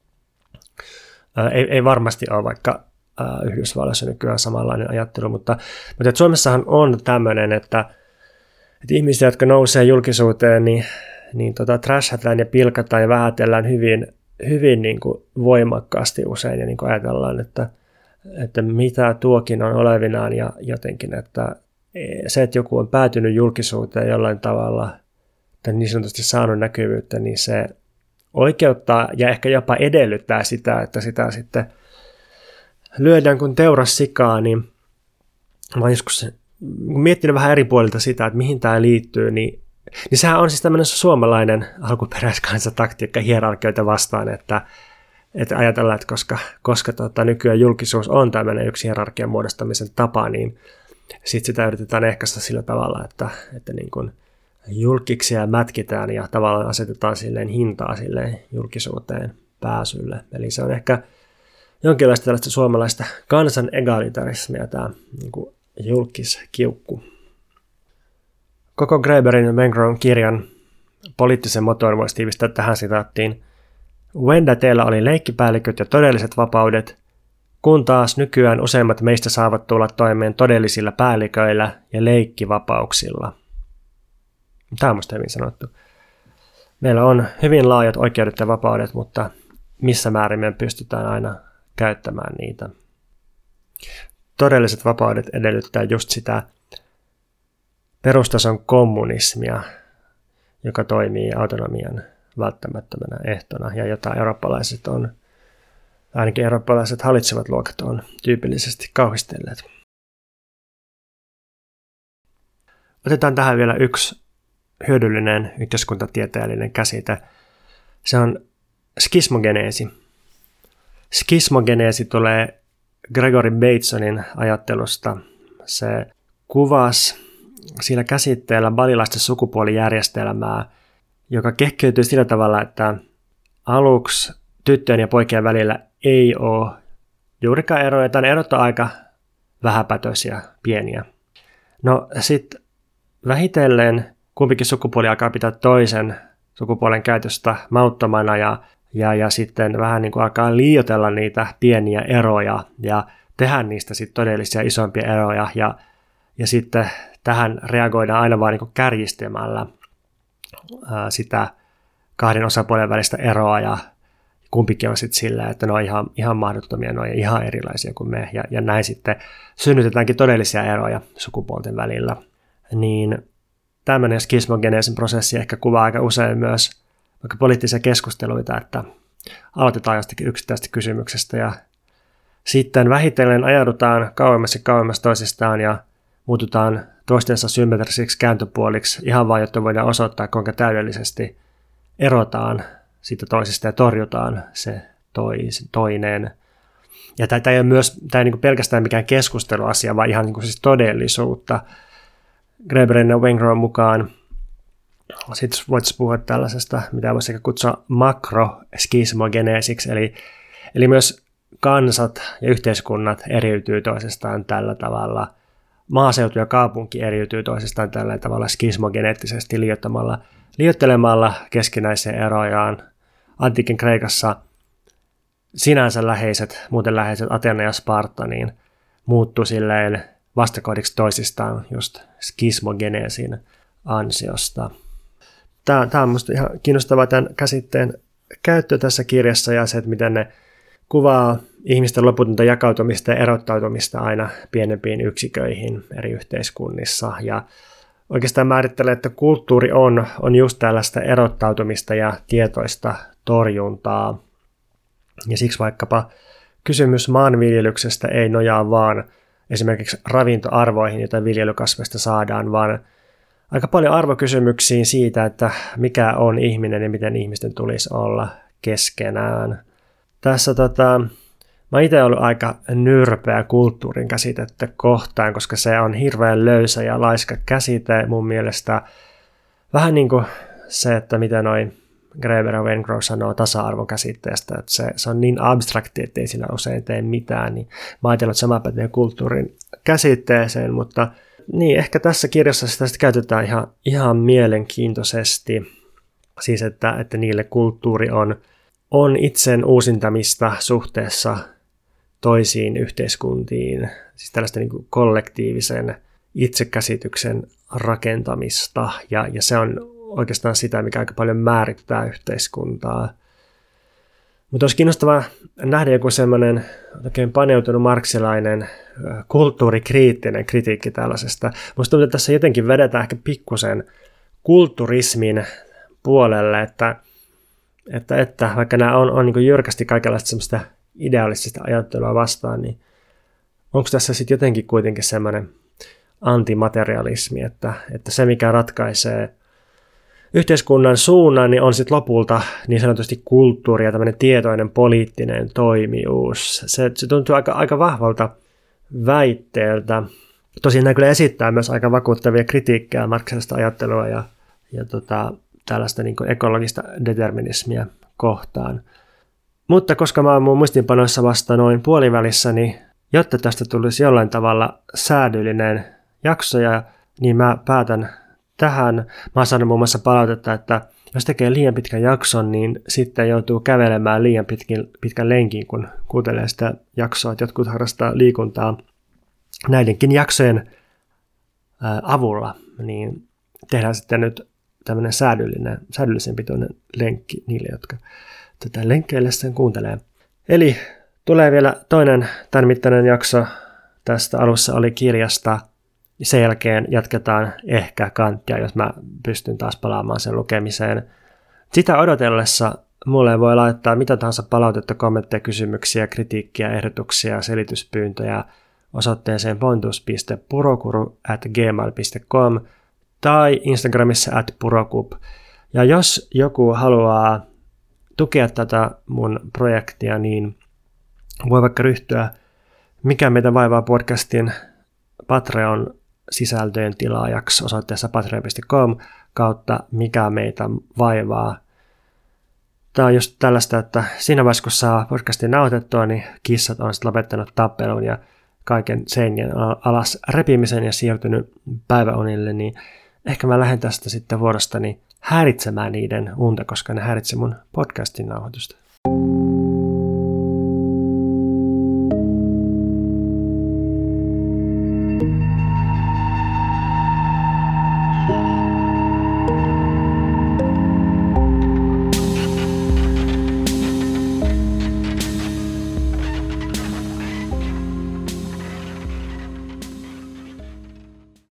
Ei varmasti ole vaikka Yhdysvalloissa nykyään samanlainen ajattelu, mutta Suomessahan on tämmöinen, että ihmisiä, jotka nousee julkisuuteen, niin trashataan ja pilkataan ja vähätellään hyvin niin kuin voimakkaasti usein ja niin kuin ajatellaan, että mitä tuokin on olevinaan ja jotenkin, että se, että joku on päätynyt julkisuuteen jollain tavalla tai niin sanotusti saanut näkyvyyttä, niin se oikeuttaa ja ehkä jopa edellyttää sitä, että sitä sitten lyödään kuin teurassikaa, niin mä oon joskus miettinyt vähän eri puolilta sitä, että mihin tämä liittyy, niin sehän on siis tämmöinen suomalainen alkuperäiskansataktiikka hierarkioita vastaan, että ajatellaan, että koska nykyään julkisuus on tämmöinen yksi hierarkian muodostamisen tapa, niin sitten sitä yritetään ehkäistä sillä tavalla, että niin kuin julkiksia mätkitään ja tavallaan asetetaan silleen hintaa silleen julkisuuteen pääsylle. Eli se on ehkä jonkinlaista tällaista suomalaista kansan egalitarismia tämä niin kuin julkiskiukku. Koko Graeberin ja Menkron kirjan poliittisen motoon voisi tiivistää tähän sitaattiin. Wenda teillä oli leikkipäälliköt ja todelliset vapaudet, kun taas nykyään useimmat meistä saavat tulla toimeen todellisilla päälliköillä ja leikkivapauksilla. Tämä on minusta hyvin sanottu. Meillä on hyvin laajat oikeudet ja vapaudet, mutta missä määrin me pystytään aina käyttämään niitä. Todelliset vapaudet edellyttää just sitä perustason kommunismia, joka toimii autonomian välttämättömänä ehtona ja jota ainakin eurooppalaiset hallitsevat luokat on tyypillisesti kauhistelleet. Otetaan tähän vielä yksi hyödyllinen yhteiskuntatieteellinen käsite. Se on skismogeneesi. Skismogeneesi tulee Gregory Batesonin ajattelusta. Se kuvasi sillä käsitteellä balilaista sukupuolijärjestelmää, joka kehkeytyy sillä tavalla, että aluksi tyttöjen ja poikien välillä ei ole juurikaan eroja, tai ne erot on aika vähäpätöisiä, pieniä. No sitten vähitellen kumpikin sukupuoli alkaa pitää toisen sukupuolen käytöstä mauttomana ja sitten vähän niin kuin alkaa liioitella niitä pieniä eroja ja tehdä niistä sitten todellisia isompia eroja ja sitten tähän reagoidaan aina vaan niin kuin kärjistämällä sitä kahden osapuolen välistä eroa ja kumpikin on sitten sillä, että ne on ihan mahdottomia, ne on ihan erilaisia kuin me ja näin sitten synnytetäänkin todellisia eroja sukupuolten välillä. Niin tämmöinen skismogeneesin prosessi ehkä kuvaa aika usein myös vaikka poliittisia keskusteluita, että aloitetaan jostakin yksittäisestä kysymyksestä ja sitten vähitellen ajaudutaan kauemmas toisistaan ja muututaan toistensa symmetrisiksi kääntöpuoliksi ihan vain, jotta voidaan osoittaa, kuinka täydellisesti erotaan siitä toisesta ja torjutaan se toinen. Ja tämä ei ole myös tämä ei niin kuin pelkästään mikään keskusteluasia, vaan ihan niin kuin siis todellisuutta. Graeberin ja Wengrown mukaan sitten voitaisiin puhua tällaisesta, mitä voisi ehkä kutsua makroskismogeneesiksi, eli myös kansat ja yhteiskunnat eriytyy toisestaan tällä tavalla. Maaseutu ja kaupunki eriytyy toisestaan tällä tavalla skismogeneettisesti liioittelemalla keskinäisiä erojaan. Antiikin Kreikassa sinänsä muuten läheiset Athena ja Sparta, niin muuttui silleen vastakohdiksi toisistaan just skismogeneesin ansiosta. Tämä on minusta ihan kiinnostavaa tämän käsitteen käyttö tässä kirjassa ja se, että miten ne kuvaa ihmisten loputonta jakautumista ja erottautumista aina pienempiin yksiköihin eri yhteiskunnissa. Ja oikeastaan määrittelee, että kulttuuri on just tällaista erottautumista ja tietoista torjuntaa. Ja siksi vaikkapa kysymys maanviljelyksestä ei nojaa vaan esimerkiksi ravintoarvoihin, joita viljelykasveista saadaan, vaan aika paljon arvokysymyksiin siitä, että mikä on ihminen ja miten ihmisten tulisi olla keskenään. Tässä mä itse ollut aika nyrpeä kulttuurin käsitettä kohtaan, koska se on hirveän löysä ja laiska käsite mun mielestä. Vähän niin kuin se, että miten Graeber ja Wengrown sanoo tasa-arvon käsitteestä, että se on niin abstrakti, ettei sillä usein tee mitään, niin mä ajatellut, että sama pätee kulttuurin käsitteeseen, mutta niin, ehkä tässä kirjassa sitä käytetään ihan mielenkiintoisesti, siis että niille kulttuuri on itsen uusintamista suhteessa toisiin yhteiskuntiin, siis tällaista niin kuin kollektiivisen itsekäsityksen rakentamista, ja se on oikeastaan sitä, mikä aika paljon määrittää yhteiskuntaa. Mutta olisi kiinnostavaa nähdä joku semmoinen oikein paneutunut marksilainen kulttuurikriittinen kritiikki tällaisesta. Minusta tuntuu, että tässä jotenkin vedetään ehkä pikkusen kulturismin puolelle, että vaikka nämä on niin kuin jyrkästi kaikenlaista semmoista idealistista ajattelua vastaan, niin onko tässä sitten jotenkin kuitenkin semmoinen antimaterialismi, että se se ratkaisee yhteiskunnan suunnan, niin on sitten lopulta niin sanotusti kulttuuri ja tämmöinen tietoinen poliittinen toimijuus. Se tuntuu aika vahvalta väitteeltä. Tosin nämä kyllä esittää myös aika vakuuttavia kritiikkejä marksilaista ajattelua ja tällaista niin kuin ekologista determinismia kohtaan. Mutta koska mä oon mun muistinpanoissa vasta noin puolivälissä, niin jotta tästä tulisi jollain tavalla säädyllinen jakso, niin mä päätän tähän. Mä oon saanut muun muassa palautetta, että jos tekee liian pitkän jakson, niin sitten joutuu kävelemään liian pitkän lenkin, kun kuuntelee sitä jaksoa, että jotkut harrastaa liikuntaa. Näidenkin jaksojen avulla niin tehdään sitten nyt tämmöinen säädyllisen pitoinen lenkki niille, jotka tätä lenkkeillessä kuuntelee. Eli tulee vielä toinen tämän mittainen jakso. Tästä alussa oli kirjasta. Sen jälkeen jatketaan ehkä Kantia, jos mä pystyn taas palaamaan sen lukemiseen. Sitä odotellessa mulle voi laittaa mitä tahansa palautetta, kommentteja, kysymyksiä, kritiikkiä, ehdotuksia, selityspyyntöjä osoitteeseen pontus.purokuru@gmail.com tai Instagramissa @purokub. Ja jos joku haluaa tukea tätä mun projektia, niin voi vaikka ryhtyä Mikä meitä vaivaa podcastin Patreon sisältöjen tilaajaksi osoitteessa patreon.com kautta Mikä meitä vaivaa. Tämä on just tällaista, että siinä vaiheessa kun saa podcastin nautettua, niin kissat on sitten lopettanut tappelun ja kaiken seinien alas repimisen ja siirtynyt päiväunille, niin ehkä mä lähden tästä sitten vuorostani häiritsemään niiden unta, koska ne häiritsee mun podcastin nauhoitusta.